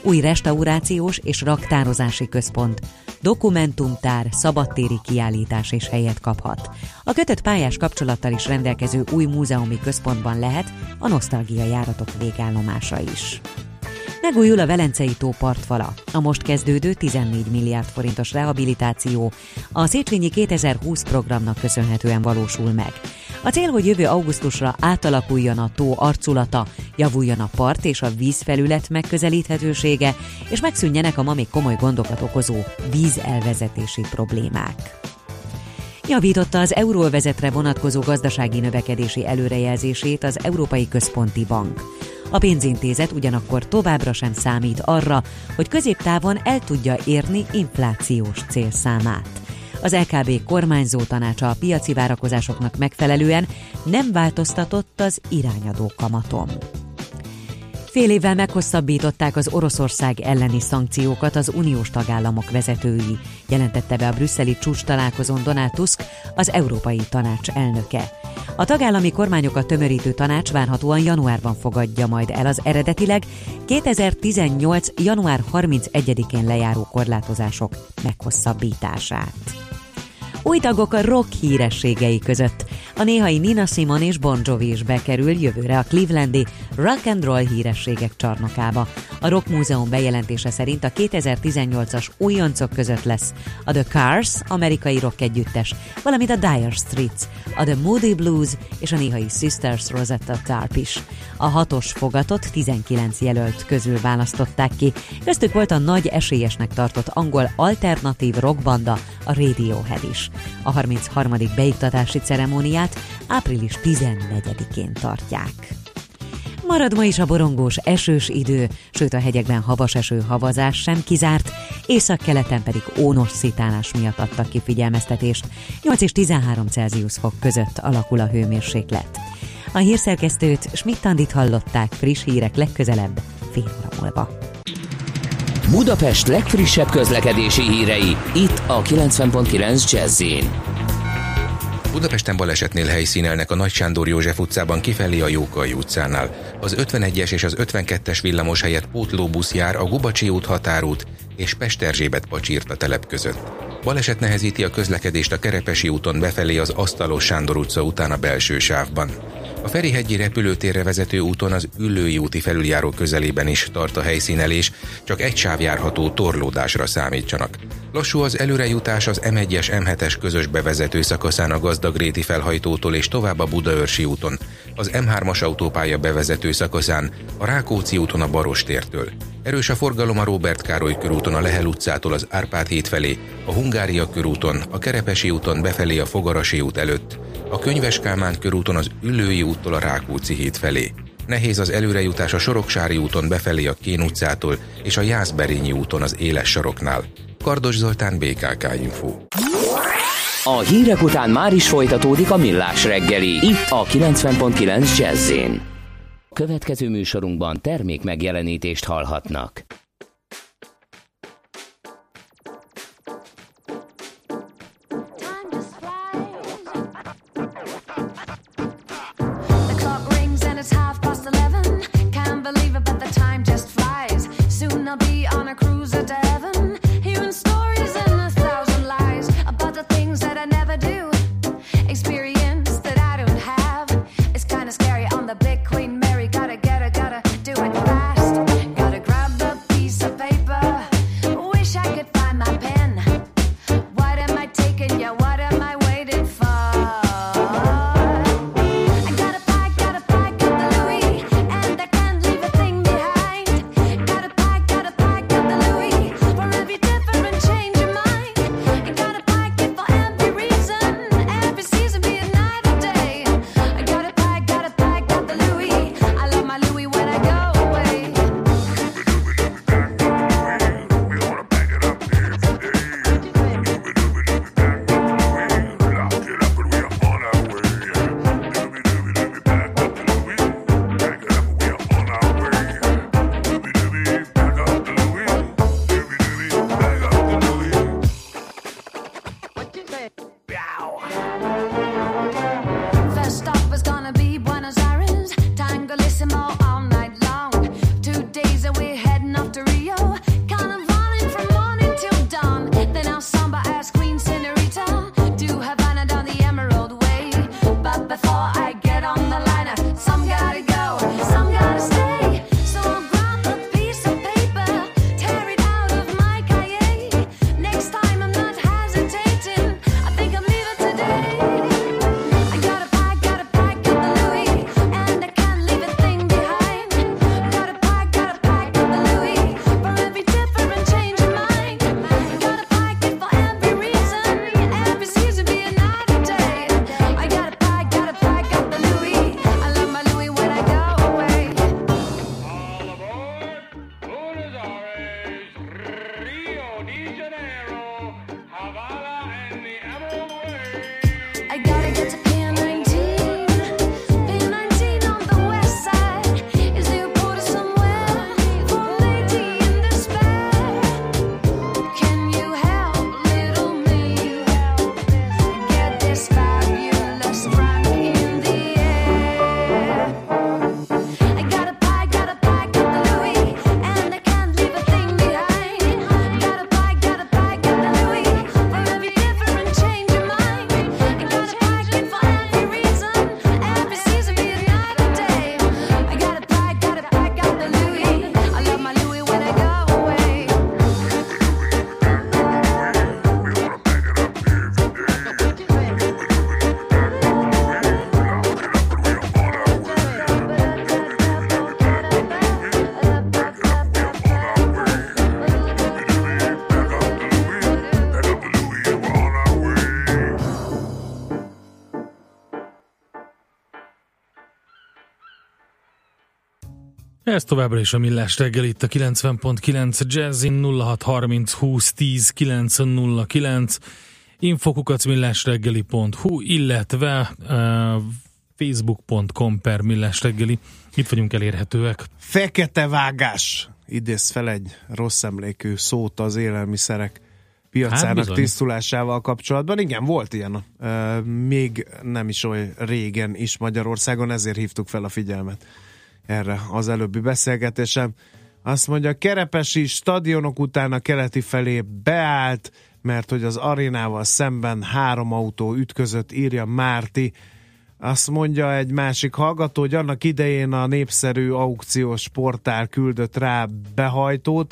új restaurációs és raktározási központ, dokumentumtár, szabadtéri kiállítás és helyet kaphat. A kötött pályás kapcsolattal is rendelkező új múzeumi központban lehet a nosztalgia járatok végállomása is. Megújul a Velencei tó partfala. A most kezdődő tizennégy milliárd forintos rehabilitáció a Széchenyi kétezer-húsz programnak köszönhetően valósul meg. A cél, hogy jövő augusztusra átalakuljon a tó arculata, javuljon a part és a vízfelület megközelíthetősége, és megszűnjenek a ma még komoly gondokat okozó vízelvezetési problémák. Javította az euróövezetre vonatkozó gazdasági növekedési előrejelzését az Európai Központi Bank. A pénzintézet ugyanakkor továbbra sem számít arra, hogy középtávon el tudja érni inflációs célszámát. Az é ká bé kormányzó tanácsa a piaci várakozásoknak megfelelően nem változtatott az irányadó kamaton. Fél évvel meghosszabbították az Oroszország elleni szankciókat az uniós tagállamok vezetői, jelentette be a brüsszeli csúcstalálkozón Donald Tusk, az Európai Tanács elnöke. A tagállami kormányokat tömörítő tanács várhatóan januárban fogadja majd el az eredetileg kétezer-tizennyolc. január harmincegyedikén lejáró korlátozások meghosszabbítását. Új tagok a rock hírességei között. A néhai Nina Simone és Bon Jovi is bekerül jövőre a clevelandi Rock and Roll hírességek csarnokába. A Rock Múzeum bejelentése szerint a kétezer-tizennyolcas újoncok között lesz a The Cars, amerikai rock együttes, valamint a Dire Straits, a The Moody Blues és a néhai Sisters Rosetta Tharpe is. A hatos fogatot tizenkilenc jelölt közül választották ki, köztük volt a nagy esélyesnek tartott angol alternatív rockbanda, a Radiohead is. A harmincharmadik beiktatási ceremóniát április tizennegyedikén tartják. Marad ma is a borongós, esős idő, sőt a hegyekben havas eső, havazás sem kizárt, északkeleten pedig ónos szitálás miatt adtak ki figyelmeztetést. nyolc és tizenhárom Celsius fok között alakul a hőmérséklet. A hírszerkesztőt, Schmidt-Andit hallották, friss hírek legközelebb, fél óra múlva. Budapest legfrissebb közlekedési hírei, itt a kilencven pont kilenc Jazz-in. Budapesten balesetnél helyszínelnek a Nagy Sándor József utcában kifelé a Jókai utcánál. Az ötvenegyes és az ötvenkettes villamos helyett pótlóbusz jár a Gubacsi út határút és Pesterzsébet-Pacsirta telep között. Baleset nehezíti a közlekedést a Kerepesi úton befelé az Asztalos Sándor utca után a belső sávban. A Ferihegyi repülőtérre vezető úton az Üllői úti felüljáró közelében is tart a helyszínelés, csak egy sáv járható torlódásra számítsanak. Lassú az előrejutás az em egyes em hetes közös bevezető szakaszán a Gazdagréti felhajtótól és tovább a Budaörsi úton, az em hármas autópálya bevezető szakaszán, a Rákóczi úton a Barostértől. Erős a forgalom a Róbert Károly körúton a Lehel utcától az Árpád híd felé, a Hungária körúton, a Kerepesi úton befelé a Fogarasi út előtt, a Könyves Kálmán körúton az Üllői úttól a Rákóczi híd felé. Nehéz az előrejutás a Soroksári úton befelé a Kén utcától és a Jászberényi úton az Éles saroknál. Kardos Zoltán, bé ká ká Info. A hírek után már is folytatódik a Millás reggeli, itt a kilencven pont kilenc Jazz-in. Következő műsorunkban termék megjelenítést hallhatnak. The big Queen Mary, gotta get her, gotta do it fast. Gotta grab the piece Ez továbbra is a Millás reggel itt a kilencven pont kilenc Jazzin. Nulla hat harminc húsz tíz kilenc nulla kilenc infokukac millásreggeli pont hu, illetve uh, facebook pont com per millásreggeli. Itt vagyunk elérhetőek. Fekete vágás. Idéz fel egy rossz emlékű szót az élelmiszerek piacának hát tisztulásával kapcsolatban. Igen, volt ilyen uh, még nem is olyan régen is Magyarországon, ezért hívtuk fel a figyelmet erre az előbbi beszélgetésem. Azt mondja, a Kerepesi stadionok után a keleti felé beállt, mert hogy az arénával szemben három autó ütközött, írja Márti. Azt mondja egy másik hallgató, hogy annak idején a népszerű aukciós portál küldött rá behajtót,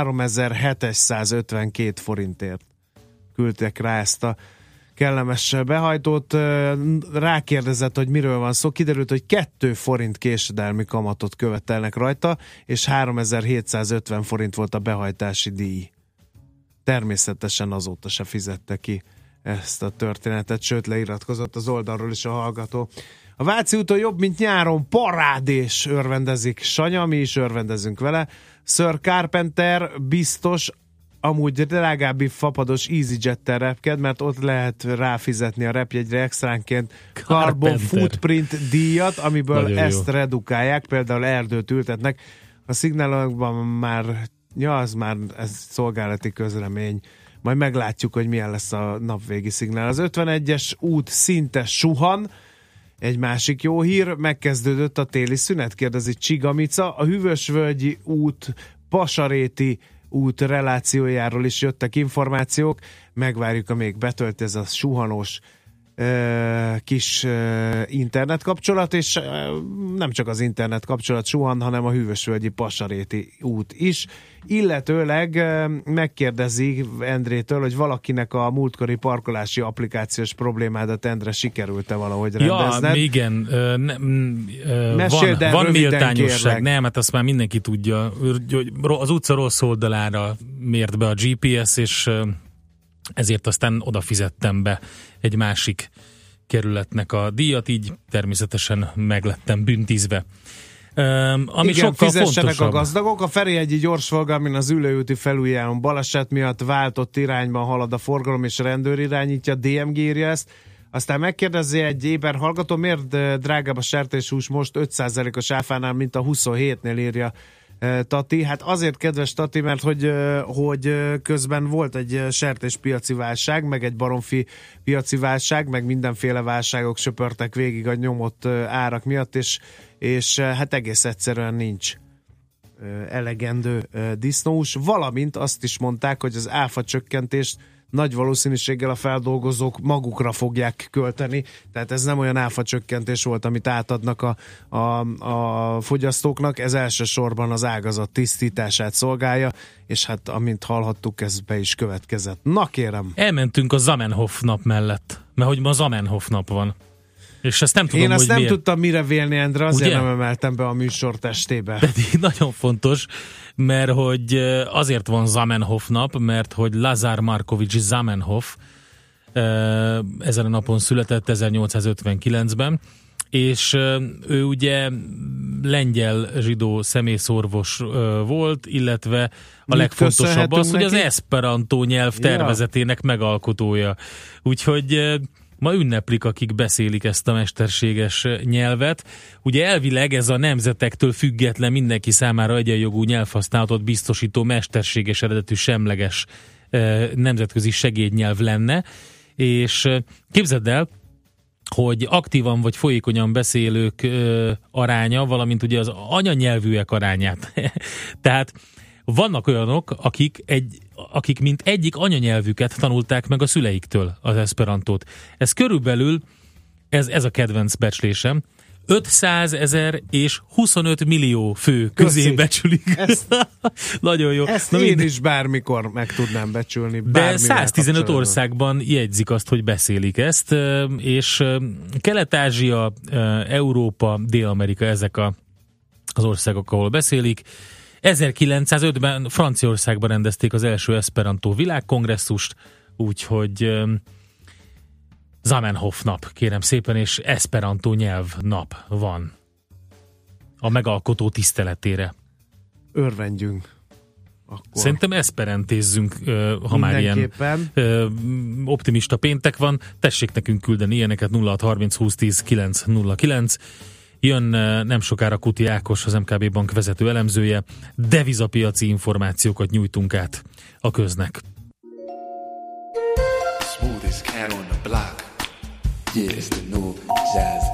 háromezer-hétszázötvenkét forintért küldtek rá ezt a kellemes behajtót. Rákérdezett, hogy miről van szó, kiderült, hogy kettő forint késedelmi kamatot követelnek rajta, és háromezer-hétszázötven forint volt a behajtási díj. Természetesen azóta se fizette ki ezt a történetet, sőt leiratkozott az oldalról is a hallgató. A Váci úton jobb, mint nyáron, parádés örvendezik Sanya, mi is örvendezünk vele. Sir Carpenter biztos amúgy drágábbi fapados EasyJet-tel repked, mert ott lehet ráfizetni a repjegyre extránként carbon footprint díjat, amiből nagyon ezt jó redukálják, például erdőt ültetnek. A szignálokban már, ja, az már ez szolgálati közlemény. Majd meglátjuk, hogy milyen lesz a napvégi szignál. Az ötvenegyes út szinte suhan. Egy másik jó hír, megkezdődött a téli szünet, kérdezi Csigamica. A Hűvösvölgyi út, Pasaréti út relációjáról is jöttek információk. Megvárjuk, amíg betölt ez a suhanós ö, kis ö, internet kapcsolat, és ö, nem csak az internet kapcsolat suhan, hanem a Hűvösvölgyi Pasaréti út is. Illetőleg ö, megkérdezi Endrétől, hogy valakinek a múltkori parkolási applikációs problémádat, Endre, sikerült-e valahogy rendezned? Ja, igen. Ö, ne, ö, Meséld, van, van méltányosság. Nem, hát azt már mindenki tudja. Az utca rossz oldalára mért be a gé pé es, és ezért aztán oda fizettem be egy másik kerületnek a díjat, így természetesen meglettem büntízve. Um, ami igen, fizessenek fontosabb. A gazdagok. A Ferihegyi gyorsforgalmin az ülőúti felüljárón baleset miatt váltott irányban halad a forgalom, és a rendőr irányítja, dé em gé írja ezt. Aztán megkérdezi egy éber hallgató, miért drágább a sertéshús most öt százalékos áfánál, mint a huszonhétnél, írja Tati. Hát azért, kedves Tati, mert hogy, hogy közben volt egy sertéspiaci válság, meg egy baromfi piaci válság, meg mindenféle válságok söpörtek végig a nyomott árak miatt, és, és hát egész egyszerűen nincs elegendő disznóhús, valamint azt is mondták, hogy az áfa csökkentést nagy valószínűséggel a feldolgozók magukra fogják költeni, tehát ez nem olyan áfa csökkentés volt, amit átadnak a, a, a fogyasztóknak, ez elsősorban az ágazat tisztítását szolgálja, és hát amint hallhattuk, ez be is következett. Na kérem! Elmentünk a Zamenhof nap mellett, mert hogy ma Zamenhof nap van. És ezt nem tudom, Én azt hogy nem miért. tudtam mire vélni, Endre, azért ugye? Nem emeltem be a műsor testébe. Pedig nagyon fontos, mert hogy azért van Zamenhof nap, mert hogy Lazar Markovics Zamenhof ezen a napon született ezernyolcszázötvenkilencben, és ő ugye lengyel zsidó személyszorvos volt, illetve a Mit legfontosabb az, neki? hogy az eszperantó nyelv tervezetének ja. megalkotója. Úgyhogy ma ünneplik, akik beszélik ezt a mesterséges nyelvet. Ugye elvileg ez a nemzetektől független, mindenki számára egyenjogú nyelvhasználatot biztosító mesterséges eredetű semleges nemzetközi segédnyelv lenne, és képzeld el, hogy aktívan vagy folyékonyan beszélők aránya, valamint ugye az anyanyelvűek arányát. Tehát vannak olyanok, akik, egy, akik mint egyik anyanyelvüket tanulták meg a szüleiktől az eszperantót. Ez körülbelül, ez, ez a kedvenc becslésem, ötszázezer és huszonöt millió fő közé becsülik. Ezt, nagyon jó. Ezt Na, én minden... is bármikor meg tudnám becsülni. De száztizenöt országban jegyzik azt, hogy beszélik ezt, és Kelet-Ázsia, Európa, Dél-Amerika, ezek a, az országok, ahol beszélik. ezerkilencszázötben Franciaországban rendezték az első Esperantó világkongresszust, úgyhogy Zamenhof nap, kérem szépen, és Esperantó nyelv nap van. a megalkotó tiszteletére. Örvendjünk. Akkor. Szerintem eszperentézzünk, ha már ilyen optimista péntek van. Tessék nekünk küldeni ilyeneket nulla hat harminc húsz tíz kilenc nulla kilenc. Jön nem sokára Kuti Ákos, az em ká bé Bank vezető elemzője. Devizapiaci információkat nyújtunk át a köznek. Smoothest cat on the block. Yeah, it's the new jazz.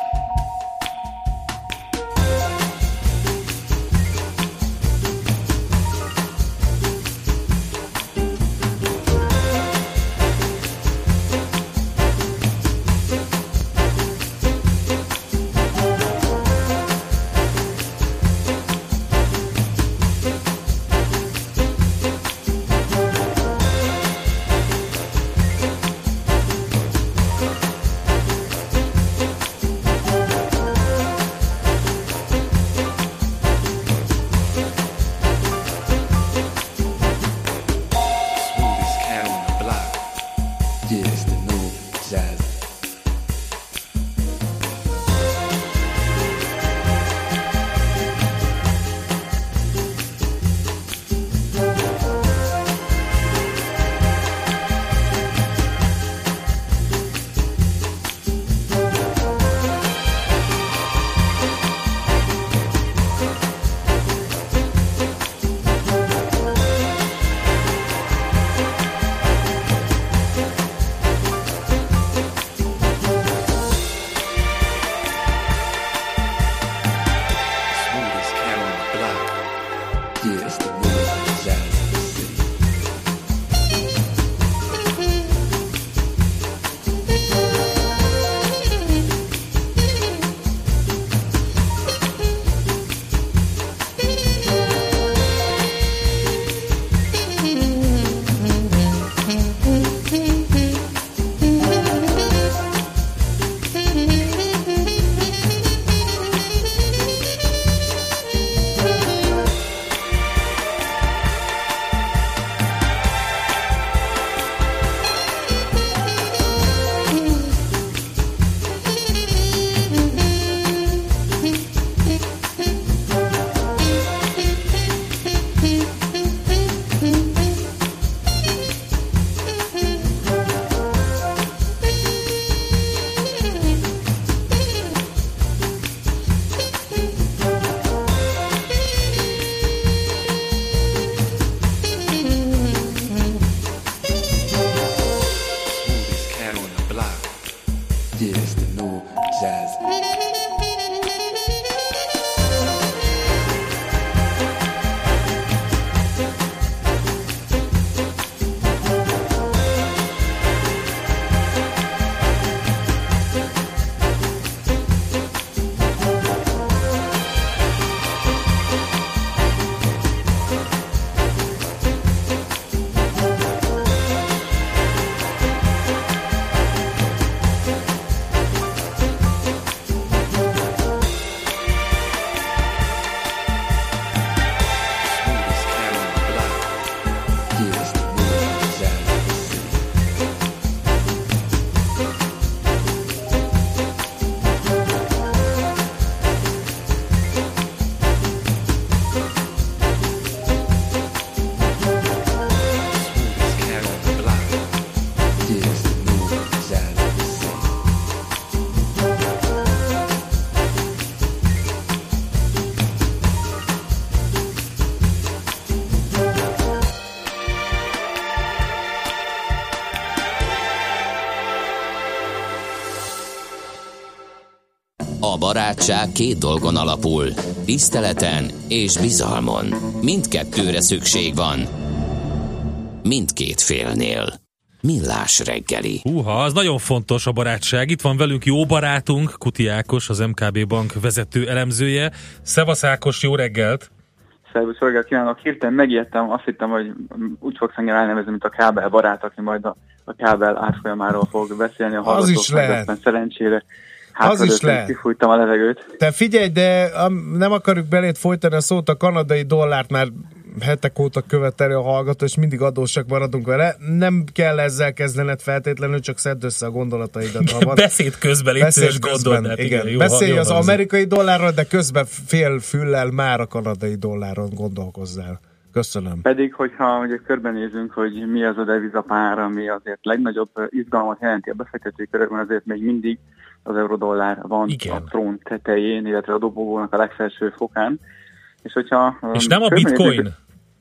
A barátság két dolgon alapul, tiszteleten és bizalmon. Mindkettőre szükség van. Mindkét félnél. Millás reggeli. Húha, az nagyon fontos a barátság. Itt van velünk jó barátunk, Kuti Ákos, az em ká bé Bank vezető elemzője. Szevasz Ákos, jó reggelt! Szervusz, reggelt kívánok! Hirtelen megijedtem, azt hittem, hogy úgy fogsz engem elnevezni, mint a kábel barát, aki majd a, a kábel átfolyamáról fog beszélni a hallgatók. Az is lehet. Szerencsére. Hát, az is lehet. Kifújtam a levegőt. Te figyelj, de nem akarjuk belét folytani a szót, a kanadai dollárt már hetek óta követeli a hallgató, és mindig adósak maradunk vele. Nem kell ezzel kezdened feltétlenül, csak szedd össze a gondolataidat. Ha van. Beszéd közben, itt Beszéd közben, igen. igen. Jó, Beszélj jó, az jó, amerikai dollárról, de közben fél füllel már a kanadai dolláron gondolkozzál. Köszönöm. Pedig, hogyha ugye körbenézünk, hogy mi az a devizapár, ami azért legnagyobb izgalmat jelenti a befektetői körökben, azért még mindig az eurodollár van igen. a trón tetején, illetve a dobogónak a legfelső fokán. És, hogyha, és nem a bitcoin?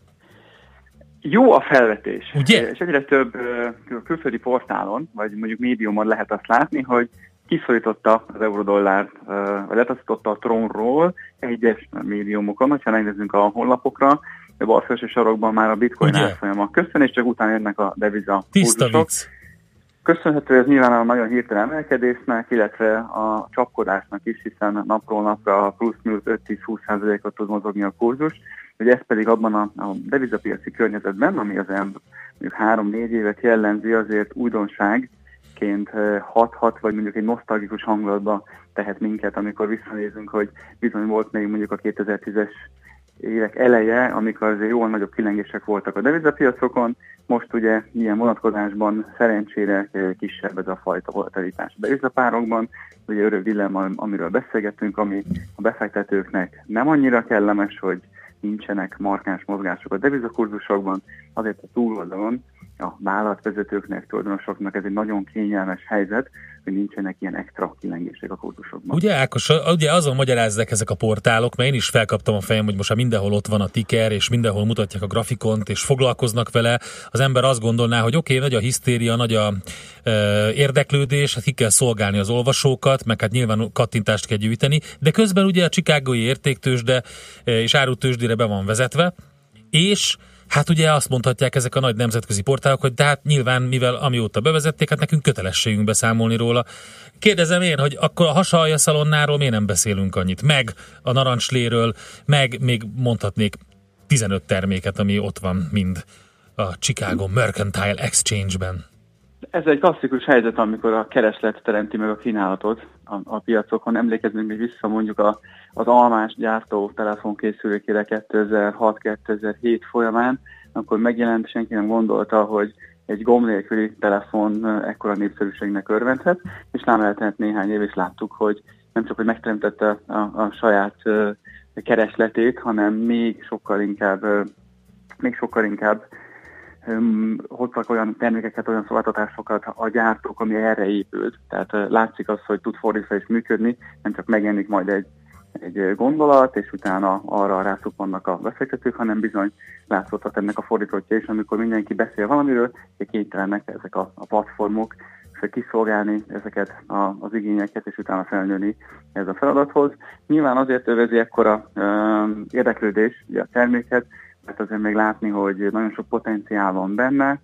Jó a felvetés. Ugye? És egyre több külföldi portálon, vagy mondjuk médiumon lehet azt látni, hogy kiszorította az eurodollárt, vagy letaszította a trónról egyes médiumokon, hogyha megnézzünk a honlapokra, a bal felső sarokban már a bitcoin árfolyama köszön, és csak utána jönnek a deviza kurzusok. Köszönhető ez nyilván a nagyon hirtelen emelkedésnek, illetve a csapkodásnak is, hiszen napról napra plusz-minusz öt-tíz-húsz százalékot tud mozogni a kurzus, hogy ez pedig abban a, a devizapiaci környezetben, ami az mondjuk három-négy évet jellemzi, azért újdonságként hat-hat, vagy mondjuk egy nosztalgikus hangulatba tehet minket, amikor visszanézünk, hogy bizony volt még mondjuk a kétezer-tízes évek eleje, amikor azért jól nagyobb kilengések voltak a devizapiacokon, most ugye ilyen vonatkozásban szerencsére kisebb ez a fajta volatilitás a devizapárokban, ugye örök dilemma, amiről beszélgettünk, ami a befektetőknek nem annyira kellemes, hogy nincsenek markáns mozgások a devizakurzusokban, azért a túloldalon a vállalatvezetőknek, tulajdonosoknak ez egy nagyon kényelmes helyzet, hogy nincsenek ilyen extra kilengések a kurzusokban. Ugye Ákos, ugye azon magyarázzák ezek a portálok, mert én is felkaptam a fejem, hogy most már mindenhol ott van a ticker, és mindenhol mutatják a grafikont, és foglalkoznak vele. Az ember azt gondolná, hogy oké, okay, nagy a hisztéria, nagy a e, érdeklődés, hát ki kell szolgálni az olvasókat, meg hát nyilván kattintást kell gyűjteni, de közben ugye a chicagói értéktőzsde és árutőzsdére be van vezetve, és hát ugye azt mondhatják ezek a nagy nemzetközi portálok, hogy de hát nyilván, mivel amióta bevezették, hát nekünk kötelességünk beszámolni róla. Kérdezem én, hogy akkor a Hasalja szalonnáról miért nem beszélünk annyit? Meg a narancsléről, meg még mondhatnék tizenöt terméket, ami ott van mind a Chicago Mercantile Exchange-ben. Ez egy klasszikus helyzet, amikor a kereslet teremti meg a kínálatot a, a piacokon. Emlékezzünk még vissza mondjuk a, az almás gyártó telefonkészülékére kétezer-hat-kétezer-hét folyamán, akkor megjelent, senki nem gondolta, hogy egy gomb nélküli telefon ekkora népszerűségnek örvendhet, és nem eltelt néhány év, és láttuk, hogy nem csak, hogy megteremtette a, a saját uh, keresletét, hanem még sokkal inkább, uh, még sokkal inkább um, hoztak olyan termékeket, olyan szolgáltatásokat a gyártók, ami erre épült. Tehát uh, látszik az, hogy tud fordítva is működni, nem csak megjelenik majd egy egy gondolat, és utána arra rászuppannak a befektetők, hanem bizony látszottak ennek a fordítottja is, amikor mindenki beszél valamiről, hogy kénytelenek ezek a, a platformok kiszolgálni ezeket a, az igényeket, és utána felnőni ez a feladathoz. Nyilván azért övezi ekkora um, érdeklődés ugye a terméket, mert azért még látni, hogy nagyon sok potenciál van benne,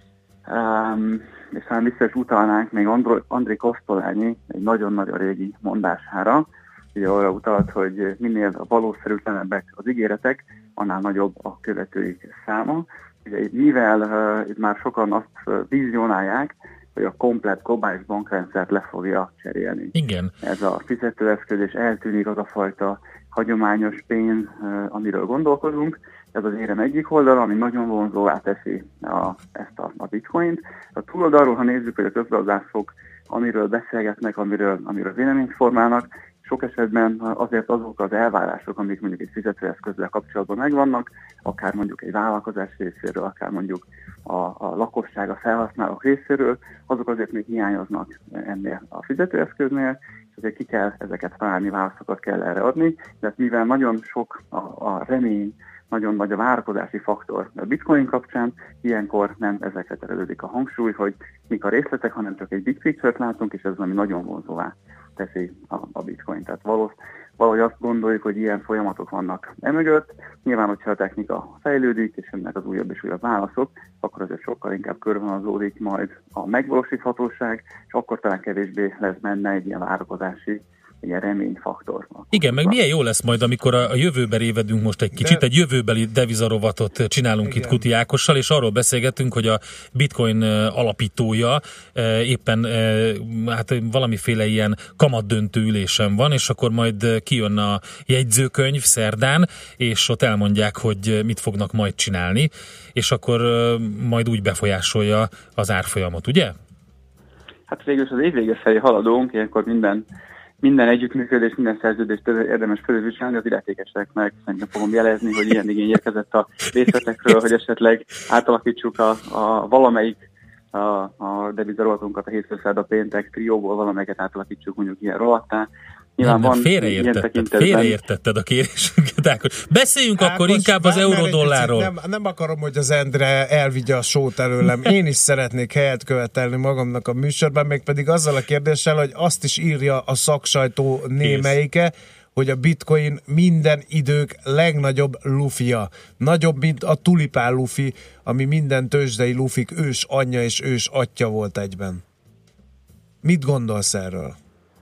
um, és talán vissza is utalnánk még André Kostolányi egy nagyon-nagyon régi mondására, ugye arra utalt, hogy minél valószerűtlenebbek az ígéretek, annál nagyobb a követőik száma. Ugye itt mivel uh, itt már sokan azt uh, vizionálják, hogy a komplett globális bankrendszert le fogja cserélni. Igen. Ez a fizetőeszköz, és eltűnik az a fajta hagyományos pénz, uh, amiről gondolkozunk. Ez az érem egyik oldala, ami nagyon vonzóvá teszi a, ezt a, a bitcoint. A túloldalról, ha nézzük, hogy a közgazdászok amiről beszélgetnek, amiről, amiről véleményt formálnak, sok esetben azért azok az elvárások, amik mondjuk egy fizetőeszközzel kapcsolatban megvannak, akár mondjuk egy vállalkozás részéről, akár mondjuk a, a lakosság, a felhasználók részéről, azok azért még hiányoznak ennél a fizetőeszköznél, és azért ki kell ezeket találni, válaszokat kell erre adni, de mivel nagyon sok a, a remény, nagyon nagy a várakozási faktor a bitcoin kapcsán, ilyenkor nem ezekre terelődik a hangsúly, hogy mik a részletek, hanem csak egy big picture-t látunk, és ez ami nagyon vonzóvá teszi a, a bitcoin. Tehát valós, valahogy azt gondoljuk, hogy ilyen folyamatok vannak emögött. Nyilván, hogyha a technika fejlődik, és ennek az újabb és újabb válaszok, akkor azért sokkal inkább körvonalazódik majd a megvalósíthatóság, és akkor talán kevésbé lesz benne egy ilyen várakozási ilyen reményfaktor. Igen, meg milyen jó lesz majd, amikor a, a jövőbe révedünk most egy kicsit, De... egy jövőbeli devizarovatot csinálunk Igen. itt Kuti Ákossal, és arról beszélgetünk, hogy a Bitcoin alapítója éppen hát valamiféle ilyen kamatdöntő ülésen van, és akkor majd kijön a jegyzőkönyv szerdán, és ott elmondják, hogy mit fognak majd csinálni, és akkor majd úgy befolyásolja az árfolyamot, ugye? Hát végül az év vége felé haladunk, ilyenkor minden Minden együttműködés, minden szerződést érdemes felülvizsgálni, az illetékeseknek szerintem fogom jelezni, hogy ilyen igény érkezett a részletekről, hogy esetleg átalakítsuk a, a valamelyik a, a devizarolatunkat a hétfő szerda péntek trióból, valamelyiket átalakítsuk mondjuk ilyen rolattá. Nem, nem, félreértetted, félreértetted a kérésünket, Ákos. Beszéljünk Ákos, akkor inkább az euró-dollárról. Nem, nem akarom, hogy az Endre elvigye a sót előlem. Én is szeretnék helyet követelni magamnak a műsorban, mégpedig azzal a kérdéssel, hogy azt is írja a szaksajtó némelyike, hogy a bitcoin minden idők legnagyobb lufia. Nagyobb, mint a tulipán lufi, ami minden tőzsdei lufik ős anyja és ős atya volt egyben. Mit gondolsz erről?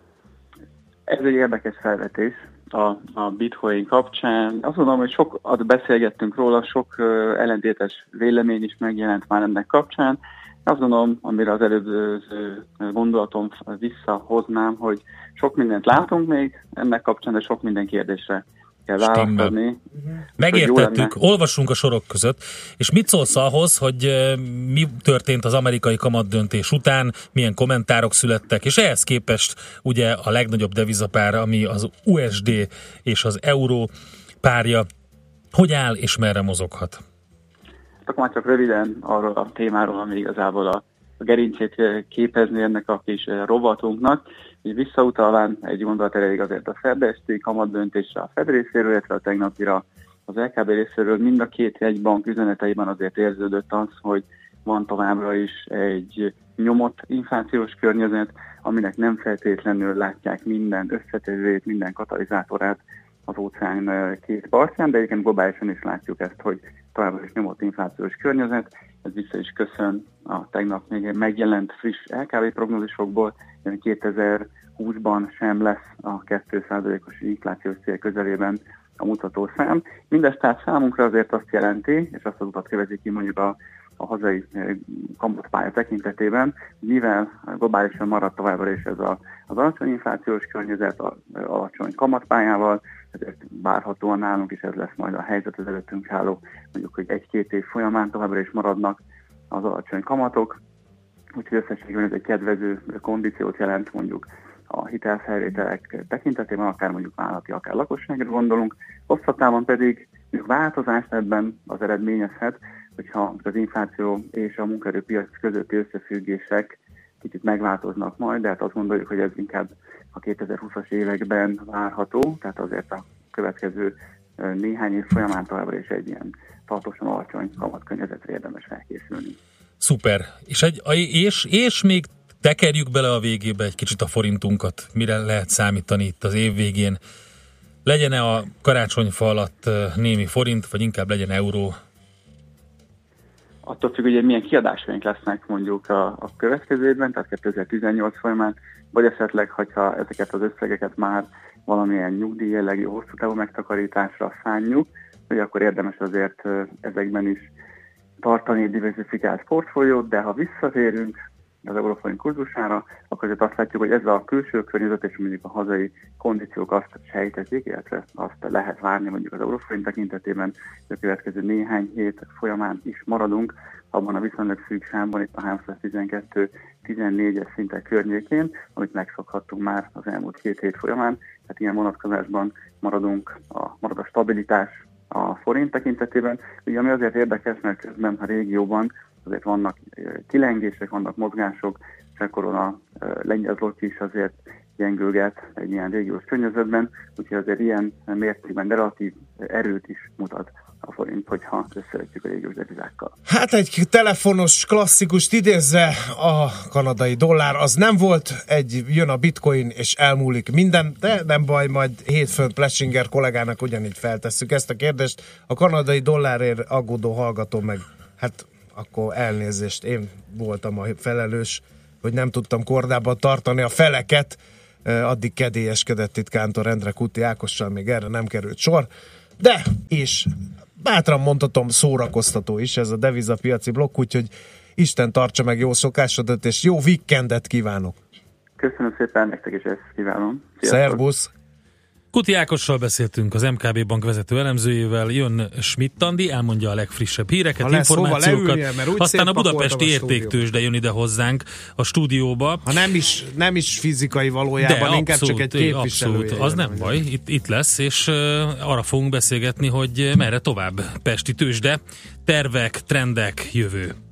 Ez egy érdekes felvetés a, a bitcoin kapcsán. Azt mondom, hogy sokat beszélgettünk róla, sok uh, ellentétes vélemény is megjelent már ennek kapcsán. Azt gondolom, amire az előző gondolatom visszahoznám, hogy sok mindent látunk még ennek kapcsán, de sok minden kérdésre kell választ adni. Megértettük, olvassunk a sorok között, és mit szólsz ahhoz, hogy mi történt az amerikai kamatdöntés után, milyen kommentárok születtek, és ehhez képest ugye a legnagyobb devizapár, ami az u es dé és az euró párja, hogy áll és merre mozoghat? Akkor már csak röviden arról a témáról, ami igazából a, a gerincét képezni ennek a kis rovatunknak. Így visszautalván egy gondolat elég azért a szerdesti kamatdöntésre a Fed részéről, illetve a tegnapira az el ká bé részéről. Mind a két jegybank üzeneteiben azért érződött az, hogy van továbbra is egy nyomott inflációs környezet, aminek nem feltétlenül látják minden összetevőjét, minden katalizátorát az óceán két partján, de egyébként globálisan is látjuk ezt, hogy továbbra is nyomott inflációs környezet. Ez vissza is köszön a tegnap még megjelent friss el ká bé prognózisokból, hogy kétezer-húszban sem lesz a két százalékos inflációs cél közelében a mutatószám. Mindez tehát számunkra azért azt jelenti, és azt az utat követi ki mondjuk a, a hazai kamatpálya tekintetében, mivel globálisan maradt továbbra is ez a, az alacsony inflációs környezet, az alacsony kamatpályával, ezért várhatóan nálunk is ez lesz majd a helyzet az előttünk álló, mondjuk, hogy egy-két év folyamán továbbra is maradnak az alacsony kamatok, úgyhogy összességében ez egy kedvező kondíciót jelent mondjuk a hitelfelvételek tekintetében, akár mondjuk vállalati, akár lakosságra gondolunk. Hosszabb távon pedig változást ebben az eredményezhet, hogyha az infláció és a munkaerőpiac közötti összefüggések kicsit megváltoznak majd, de hát azt gondoljuk, hogy ez inkább a kétezer-húszas években várható, tehát azért a következő néhány év folyamán továbbra is egy ilyen tartósan alacsony kamatkörnyezetre érdemes felkészülni. Szuper. És, egy, és, és még tekerjük bele a végébe egy kicsit a forintunkat. Mire lehet számítani itt az év végén? Legyen-e a karácsonyfa alatt némi forint, vagy inkább legyen euró? Attól függ, hogy milyen kiadásaink lesznek mondjuk a, a következő évben, tehát kétezer-tizennyolc folyamán, vagy esetleg, hogyha ezeket az összegeket már valamilyen nyugdíj jellegű hosszú távú megtakarításra szánjuk, hogy akkor érdemes azért ezekben is tartani egy diversifikált portfóliót, de ha visszatérünk az euróforint kurzusára, akkor azért azt látjuk, hogy ez a külső környezet és mondjuk a hazai kondíciók azt sejtetik, illetve azt lehet várni mondjuk az euróforint tekintetében, hogy a következő néhány hét folyamán is maradunk abban a viszonylag szűk számban, itt a háromszáztizenkettő tizennégyes szintek környékén, amit megszokhattunk már az elmúlt két hét folyamán, tehát ilyen vonatkozásban maradunk, a, marad a stabilitás a forint tekintetében, ugye ami azért érdekes, mert közben a régióban azért vannak kilengések, vannak mozgások, és akkor a lengyel zloty is azért gyengülget egy ilyen régiós környezetben, úgyhogy azért ilyen mértékben relatív erőt is mutat a forint, hogyha összevetjük a régiós devizákkal. Hát egy telefonos klasszikust idézve, a kanadai dollár az nem volt, egy jön a bitcoin és elmúlik minden, de nem baj, majd hétfőn Plessinger kollégának ugyanígy feltesszük ezt a kérdést. A kanadai dollárért aggódó hallgató meg, hát akkor elnézést, én voltam a felelős, hogy nem tudtam kordában tartani a feleket, addig kedélyeskedett itt Kántor Endre, Kuti Ákossal, még erre nem került sor, de és bátran mondhatom szórakoztató is ez a devizapiaci blokk, úgyhogy Isten tartsa meg jó szokásodat, és jó weekendet kívánok! Köszönöm szépen, nektek is ezt kívánom. Szervusz! Kuti Ákossal beszéltünk, az em ká bé Bank vezető elemzőjével, jön Schmidt Andi, elmondja a legfrissebb híreket, információkat, leülje, aztán a budapesti értéktőzsde jön ide hozzánk a stúdióba. Ha nem is, nem is fizikai valójában, de inkább abszolút, csak egy képviselője. Abszolút, az nem baj, itt, itt lesz, és uh, arra fogunk beszélgetni, hogy merre tovább Pesti tőzsde, tervek, trendek, jövő.